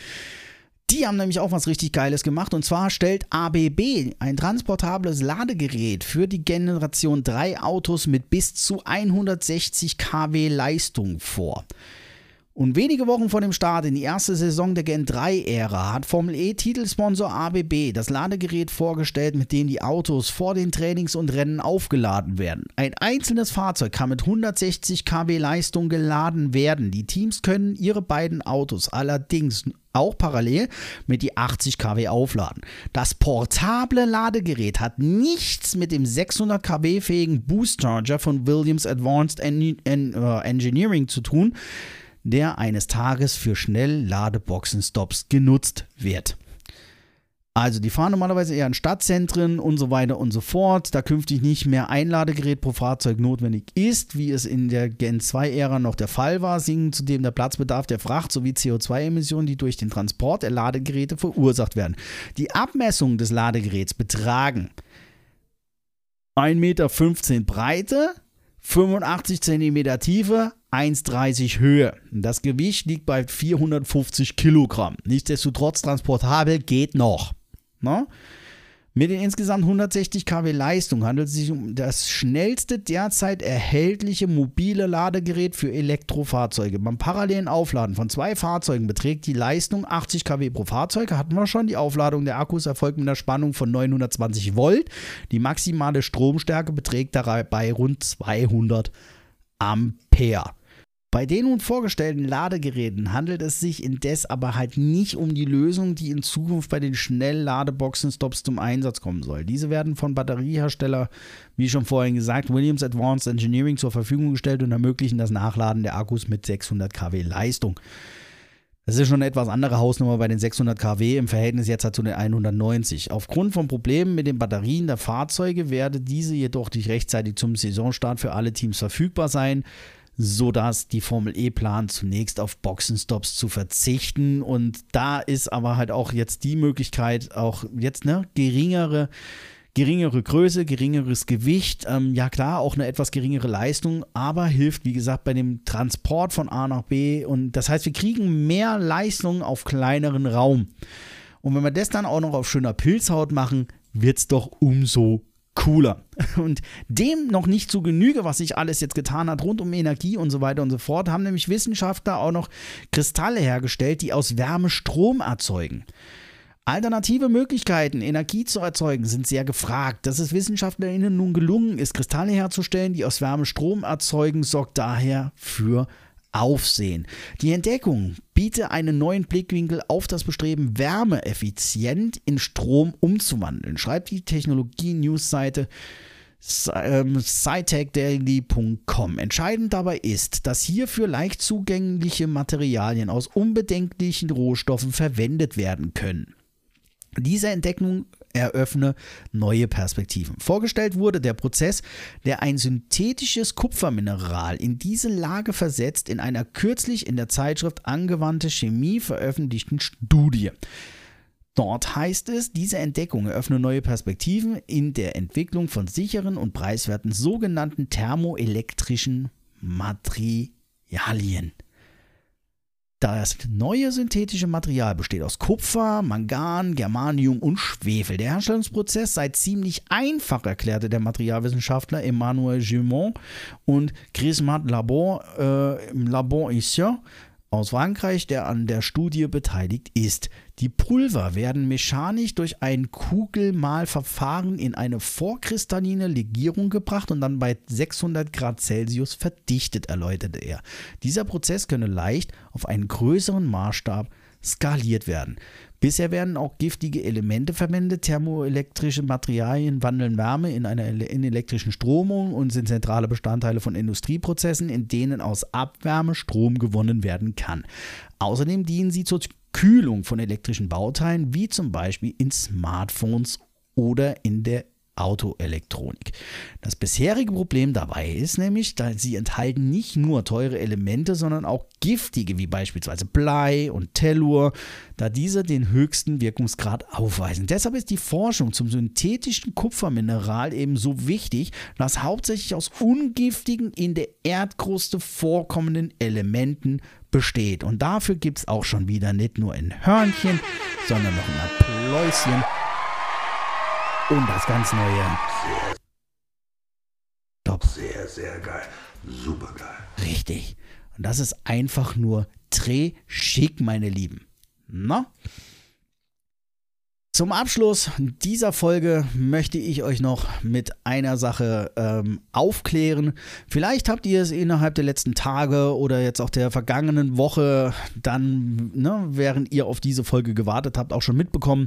S3: Die haben nämlich auch was richtig Geiles gemacht, und zwar stellt A B B ein transportables Ladegerät für die Generation drei Autos mit bis zu hundertsechzig Kilowatt Leistung vor. Und wenige Wochen vor dem Start in die erste Saison der Gen drei Ära hat Formel E-Titelsponsor A B B das Ladegerät vorgestellt, mit dem die Autos vor den Trainings und Rennen aufgeladen werden. Ein einzelnes Fahrzeug kann mit hundertsechzig Kilowatt Leistung geladen werden. Die Teams können ihre beiden Autos allerdings auch parallel mit die achtzig Kilowatt aufladen. Das portable Ladegerät hat nichts mit dem sechshundert Kilowatt fähigen Boost Charger von Williams Advanced En- En- uh, Engineering zu tun, der eines Tages für Schnell-Ladeboxen-Stops genutzt wird. Also die fahren normalerweise eher in Stadtzentren und so weiter und so fort, da künftig nicht mehr ein Ladegerät pro Fahrzeug notwendig ist, wie es in der Gen zwei Ära noch der Fall war, sinken zudem der Platzbedarf der Fracht sowie C O zwei Emissionen, die durch den Transport der Ladegeräte verursacht werden. Die Abmessungen des Ladegeräts betragen ein Meter fünfzehn Breite, fünfundachtzig Zentimeter Tiefe, eins Komma dreißig Höhe. Das Gewicht liegt bei vierhundertfünfzig Kilogramm. Nichtsdestotrotz transportabel, geht noch. Na? Mit den insgesamt hundertsechzig Kilowatt Leistung handelt es sich um das schnellste derzeit erhältliche mobile Ladegerät für Elektrofahrzeuge. Beim parallelen Aufladen von zwei Fahrzeugen beträgt die Leistung achtzig Kilowatt pro Fahrzeug. Hatten wir schon. Die Aufladung der Akkus erfolgt mit einer Spannung von neunhundertzwanzig Volt. Die maximale Stromstärke beträgt dabei rund zweihundert Ampere. Bei den nun vorgestellten Ladegeräten handelt es sich indes aber halt nicht um die Lösung, die in Zukunft bei den Schnell-Ladeboxen-Stops zum Einsatz kommen soll. Diese werden von Batteriehersteller, wie schon vorhin gesagt, Williams Advanced Engineering zur Verfügung gestellt und ermöglichen das Nachladen der Akkus mit sechshundert Kilowatt Leistung. Das ist schon eine etwas andere Hausnummer bei den sechshundert Kilowatt im Verhältnis jetzt halt zu den hundertneunzig. Aufgrund von Problemen mit den Batterien der Fahrzeuge werde diese jedoch nicht rechtzeitig zum Saisonstart für alle Teams verfügbar sein. sodass die Formel E plant, zunächst auf Boxenstops zu verzichten. Und da ist aber halt auch jetzt die Möglichkeit, auch jetzt eine geringere Geringere Größe, geringeres Gewicht, ähm, ja klar, auch eine etwas geringere Leistung, aber hilft, wie gesagt, bei dem Transport von A nach B. Und das heißt, wir kriegen mehr Leistung auf kleineren Raum. Und wenn wir das dann auch noch auf schöner Pilzhaut machen, wird es doch umso cooler. Und dem noch nicht zu Genüge, was sich alles jetzt getan hat, rund um Energie und so weiter und so fort, haben nämlich Wissenschaftler auch noch Kristalle hergestellt, die aus Wärme Strom erzeugen. Alternative Möglichkeiten, Energie zu erzeugen, sind sehr gefragt. Dass es WissenschaftlerInnen nun gelungen ist, Kristalle herzustellen, die aus Wärme Strom erzeugen, sorgt daher für Aufsehen. Die Entdeckung bietet einen neuen Blickwinkel auf das Bestreben, Wärme effizient in Strom umzuwandeln, schreibt die Technologie-News-Seite Scitech Daily Punkt com. Entscheidend dabei ist, dass hierfür leicht zugängliche Materialien aus unbedenklichen Rohstoffen verwendet werden können. Diese Entdeckung eröffne neue Perspektiven. Vorgestellt wurde der Prozess, der ein synthetisches Kupfermineral in diese Lage versetzt, in einer kürzlich in der Zeitschrift Angewandte Chemie veröffentlichten Studie. Dort heißt es, diese Entdeckung eröffne neue Perspektiven in der Entwicklung von sicheren und preiswerten sogenannten thermoelektrischen Materialien. Das neue synthetische Material besteht aus Kupfer, Mangan, Germanium und Schwefel. Der Herstellungsprozess sei ziemlich einfach, erklärte der Materialwissenschaftler Emmanuel Gimont und Chris-Mat Labor äh, im Labor Issia aus Frankreich, der an der Studie beteiligt ist. Die Pulver werden mechanisch durch ein Kugelmalverfahren in eine vorkristalline Legierung gebracht und dann bei sechshundert Grad Celsius verdichtet, erläuterte er. Dieser Prozess könne leicht auf einen größeren Maßstab skaliert werden. Bisher werden auch giftige Elemente verwendet. Thermoelektrische Materialien wandeln Wärme in einer in elektrischen Stromung und sind zentrale Bestandteile von Industrieprozessen, in denen aus Abwärme Strom gewonnen werden kann. Außerdem dienen sie zur Kühlung von elektrischen Bauteilen, wie zum Beispiel in Smartphones oder in der Autoelektronik. Das bisherige Problem dabei ist nämlich, dass sie enthalten nicht nur teure Elemente, sondern auch giftige, wie beispielsweise Blei und Tellur, da diese den höchsten Wirkungsgrad aufweisen. Deshalb ist die Forschung zum synthetischen Kupfermineral eben so wichtig, das hauptsächlich aus ungiftigen, in der Erdkruste vorkommenden Elementen besteht. Und dafür gibt es auch schon wieder nicht nur ein Hörnchen, sondern noch ein Applausien. Und das ganz neue.
S6: Sehr,
S3: Top.
S6: Sehr, sehr geil. Super geil.
S3: Richtig. Und das ist einfach nur dreh-schick, meine Lieben. Na? Zum Abschluss dieser Folge möchte ich euch noch mit einer Sache ähm, aufklären. Vielleicht habt ihr es innerhalb der letzten Tage oder jetzt auch der vergangenen Woche dann, ne, während ihr auf diese Folge gewartet habt, auch schon mitbekommen.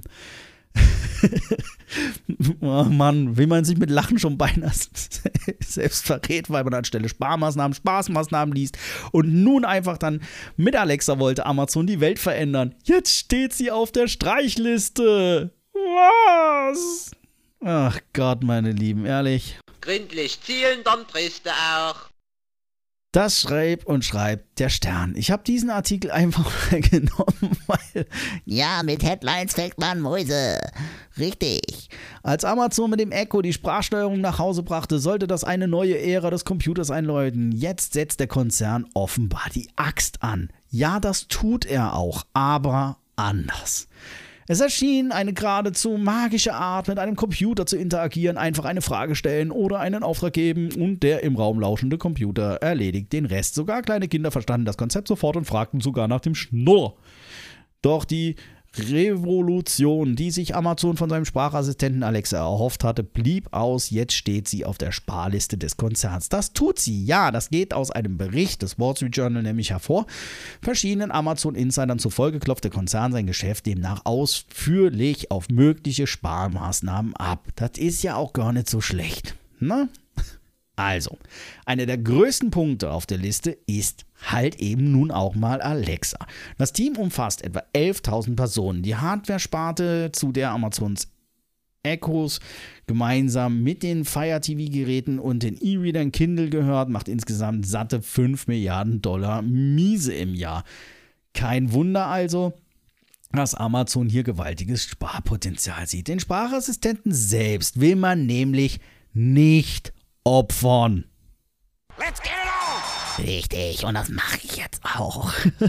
S3: Oh Mann, wie man sich mit Lachen schon beinahe selbst verrät, weil man anstelle Sparmaßnahmen Spaßmaßnahmen liest und nun einfach dann mit Alexa wollte Amazon die Welt verändern. Jetzt steht sie auf der Streichliste. Was? Ach Gott, meine Lieben, ehrlich.
S4: Gründlich zielen, dann triffst du auch.
S3: Das schreibt und schreibt der Stern. Ich habe diesen Artikel einfach mal genommen, weil...
S12: Ja, mit Headlines fängt man Mäuse. Richtig.
S3: Als Amazon mit dem Echo die Sprachsteuerung nach Hause brachte, sollte das eine neue Ära des Computers einläuten. Jetzt setzt der Konzern offenbar die Axt an. Ja, das tut er auch, aber anders. Es erschien eine geradezu magische Art, mit einem Computer zu interagieren, einfach eine Frage stellen oder einen Auftrag geben und der im Raum lauschende Computer erledigt den Rest. Sogar kleine Kinder verstanden das Konzept sofort und fragten sogar nach dem Schnurr. Doch die Revolution, die sich Amazon von seinem Sprachassistenten Alexa erhofft hatte, blieb aus. Jetzt steht sie auf der Sparliste des Konzerns. Das tut sie, ja, das geht aus einem Bericht des Wall Street Journal nämlich hervor. Verschiedenen Amazon-Insidern zufolge klopft der Konzern sein Geschäft demnach ausführlich auf mögliche Sparmaßnahmen ab. Das ist ja auch gar nicht so schlecht, ne? Also, einer der größten Punkte auf der Liste ist halt eben nun auch mal Alexa. Das Team umfasst etwa elftausend Personen. Die Hardware-Sparte, zu der Amazons Echos gemeinsam mit den Fire T V-Geräten und den E-Readern Kindle gehört, macht insgesamt satte fünf Milliarden Dollar Miese im Jahr. Kein Wunder also, dass Amazon hier gewaltiges Sparpotenzial sieht. Den Sprachassistenten selbst will man nämlich nicht opfern.
S5: Let's get it on!
S12: Richtig, und das mache ich jetzt auch.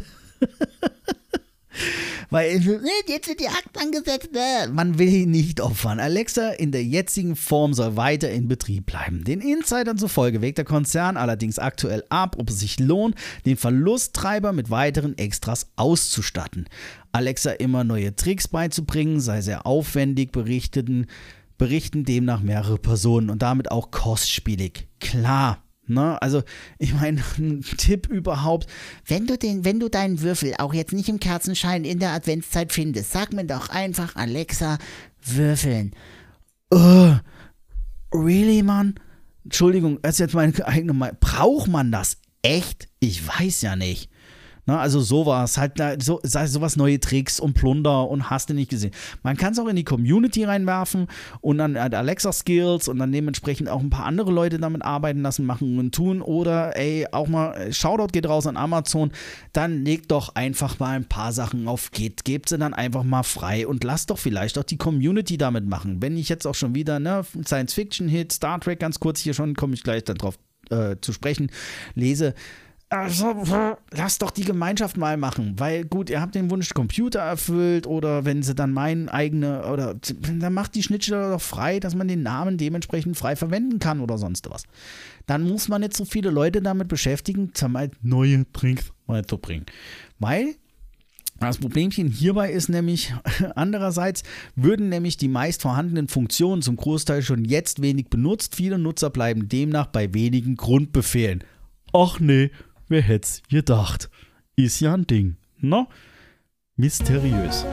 S3: Weil jetzt sind die Akten angesetzt. Man will ihn nicht opfern. Alexa in der jetzigen Form soll weiter in Betrieb bleiben. Den Insidern zufolge wägt der Konzern allerdings aktuell ab, ob es sich lohnt, den Verlusttreiber mit weiteren Extras auszustatten. Alexa immer neue Tricks beizubringen, sei sehr aufwendig, berichteten, berichten demnach mehrere Personen und damit auch kostspielig. Klar. Ne, also, ich meine, ein Tipp überhaupt,
S12: wenn du den, wenn du deinen Würfel auch jetzt nicht im Kerzenschein in der Adventszeit findest, sag mir doch einfach, Alexa, würfeln.
S3: Uh, really, Mann? Entschuldigung, das ist jetzt meine eigene Meinung. Braucht man das echt? Ich weiß ja nicht. Na, also sowas, halt so, sowas, neue Tricks und Plunder und hast du nicht gesehen. Man kann es auch in die Community reinwerfen und dann Alexa-Skills und dann dementsprechend auch ein paar andere Leute damit arbeiten lassen, machen und tun. Oder ey, auch mal, Shoutout geht raus an Amazon, dann legt doch einfach mal ein paar Sachen auf Git, gebt sie dann einfach mal frei und lasst doch vielleicht auch die Community damit machen. Wenn ich jetzt auch schon wieder, ne, Science-Fiction-Hit, Star Trek ganz kurz hier schon, komme ich gleich darauf äh, zu sprechen, lese, also, lasst doch die Gemeinschaft mal machen, weil gut, ihr habt den Wunsch Computer erfüllt oder wenn sie dann meinen eigene oder dann macht die Schnittstelle doch frei, dass man den Namen dementsprechend frei verwenden kann oder sonst was. Dann muss man nicht so viele Leute damit beschäftigen, neue Tricks weiterbringen. Weil das Problemchen hierbei ist nämlich, andererseits würden nämlich die meist vorhandenen Funktionen zum Großteil schon jetzt wenig benutzt, viele Nutzer bleiben demnach bei wenigen Grundbefehlen. Ach nee, wer hätt's gedacht? Ist ja ein Ding, ne? Mysteriös.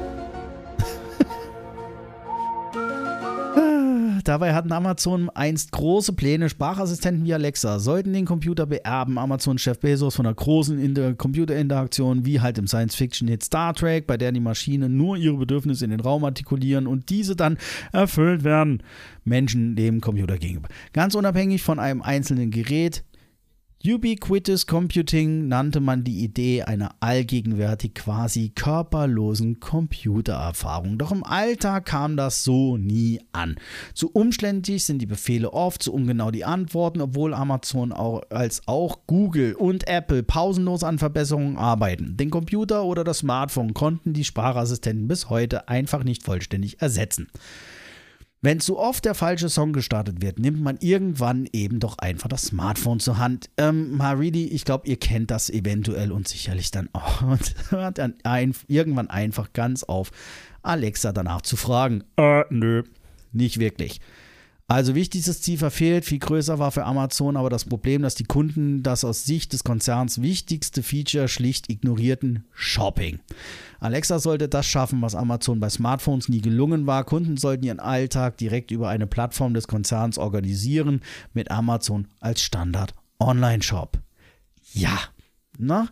S3: Dabei hatten Amazon einst große Pläne, Sprachassistenten wie Alexa sollten den Computer beerben. Amazon-Chef Bezos von einer großen Inter- Computerinteraktion wie halt im Science-Fiction-Hit Star Trek, bei der die Maschinen nur ihre Bedürfnisse in den Raum artikulieren und diese dann erfüllt werden. Menschen dem Computer gegenüber. Ganz unabhängig von einem einzelnen Gerät. Ubiquitous Computing nannte man die Idee einer allgegenwärtig quasi körperlosen Computererfahrung. Doch im Alltag kam das so nie an. Zu umständlich sind die Befehle oft, zu ungenau die Antworten, obwohl Amazon auch, als auch Google und Apple pausenlos an Verbesserungen arbeiten. Den Computer oder das Smartphone konnten die Sprachassistenten bis heute einfach nicht vollständig ersetzen. Wenn zu oft der falsche Song gestartet wird, nimmt man irgendwann eben doch einfach das Smartphone zur Hand. Ähm, Maridi, ich glaube, ihr kennt das eventuell und sicherlich dann auch. Und hört dann ein, irgendwann einfach ganz auf, Alexa danach zu fragen. Äh, nö, nicht wirklich. Also wichtigstes Ziel verfehlt, viel größer war für Amazon aber das Problem, dass die Kunden das aus Sicht des Konzerns wichtigste Feature schlicht ignorierten: Shopping. Alexa sollte das schaffen, was Amazon bei Smartphones nie gelungen war. Kunden sollten ihren Alltag direkt über eine Plattform des Konzerns organisieren, mit Amazon als Standard-Online-Shop. Ja, na?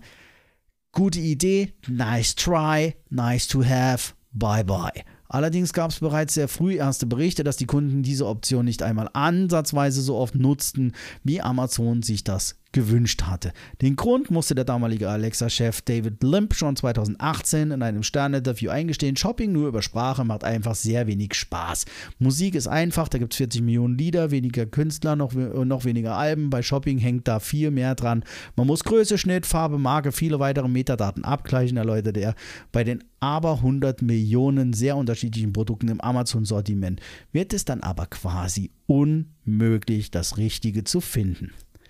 S3: Gute Idee, nice try, nice to have, bye bye. Allerdings gab es bereits sehr früh erste Berichte, dass die Kunden diese Option nicht einmal ansatzweise so oft nutzten, wie Amazon sich das gewünscht hatte. Den Grund musste der damalige Alexa-Chef David Limp schon zweitausendachtzehn in einem Stern-Interview eingestehen: Shopping nur über Sprache macht einfach sehr wenig Spaß. Musik ist einfach, da gibt es vierzig Millionen Lieder, weniger Künstler, noch, noch weniger Alben. Bei Shopping hängt da viel mehr dran. Man muss Größe, Schnitt, Farbe, Marke, viele weitere Metadaten abgleichen, erläuterte er. Bei den aber hundert Millionen sehr unterschiedlichen Produkten im Amazon-Sortiment wird es dann aber quasi unmöglich, das Richtige zu finden.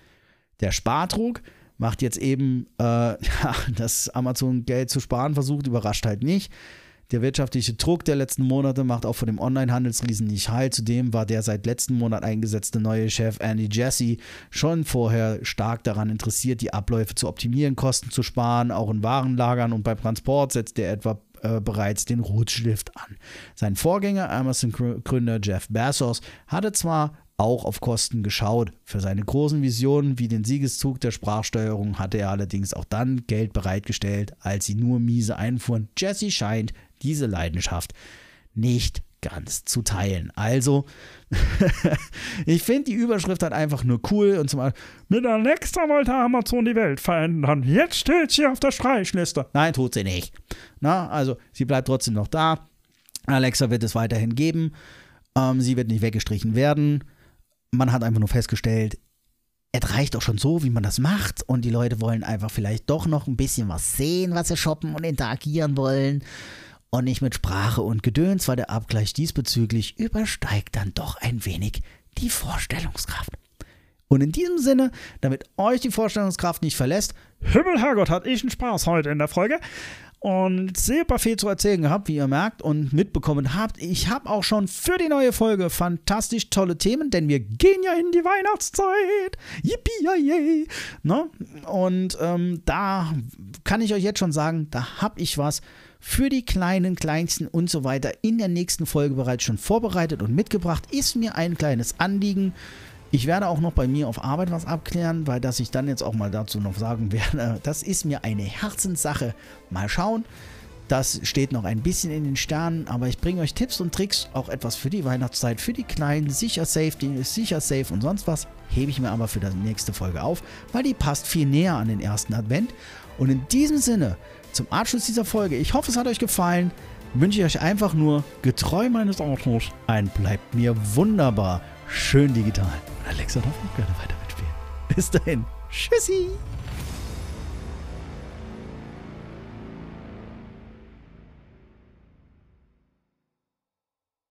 S3: Der Spardruck macht jetzt eben, äh, ja, dass Amazon Geld zu sparen versucht, überrascht halt nicht. Der wirtschaftliche Druck der letzten Monate macht auch vor dem Onlinehandelsriesen nicht Halt. Zudem war der seit letzten Monat eingesetzte neue Chef Andy Jassy schon vorher stark daran interessiert, die Abläufe zu optimieren, Kosten zu sparen, auch in Warenlagern und beim Transport setzt er etwa äh, bereits den Rotstift an. Sein Vorgänger, Amazon-Gründer Jeff Bezos, hatte zwar auch auf Kosten geschaut. Für seine großen Visionen wie den Siegeszug der Sprachsteuerung hatte er allerdings auch dann Geld bereitgestellt, als sie nur miese einfuhren. Jesse scheint diese Leidenschaft nicht ganz zu teilen. Also, ich finde die Überschrift halt einfach nur cool und zum Beispiel, mit Alexa wollte Amazon die Welt verändern. Jetzt steht sie auf der Streichliste. Nein, tut sie nicht. Na, also, sie bleibt trotzdem noch da. Alexa wird es weiterhin geben. Ähm, sie wird nicht weggestrichen werden. Man hat einfach nur festgestellt, es reicht auch schon so, wie man das macht. Und die Leute wollen einfach vielleicht doch noch ein bisschen was sehen, was sie shoppen und interagieren wollen. Und nicht mit Sprache und Gedöns, weil der Abgleich diesbezüglich übersteigt dann doch ein wenig die Vorstellungskraft. Und in diesem Sinne, damit euch die Vorstellungskraft nicht verlässt, Himmel, Herrgott, hatte ich einen Spaß heute in der Folge. Und super viel zu erzählen gehabt, wie ihr merkt und mitbekommen habt. Ich habe auch schon für die neue Folge fantastisch tolle Themen, denn wir gehen ja in die Weihnachtszeit. Yippie-yay! Ne? Und ähm, da kann ich euch jetzt schon sagen, da habe ich was für die Kleinen, Kleinsten und so weiter in der nächsten Folge bereits schon vorbereitet und mitgebracht. Ist mir ein kleines Anliegen. Ich werde auch noch bei mir auf Arbeit was abklären, weil das ich dann jetzt auch mal dazu noch sagen werde, das ist mir eine Herzenssache. Mal schauen, das steht noch ein bisschen in den Sternen, aber ich bringe euch Tipps und Tricks, auch etwas für die Weihnachtszeit, für die Kleinen, sicher safe, die ist sicher safe und sonst was, hebe ich mir aber für die nächste Folge auf, weil die passt viel näher an den ersten Advent. Und in diesem Sinne, zum Abschluss dieser Folge, ich hoffe, es hat euch gefallen, wünsche ich euch einfach nur, getreu meines Autos, ein bleibt mir wunderbar, schön digital. Alexa darf auch gerne weiter mitspielen. Bis dahin. Tschüssi.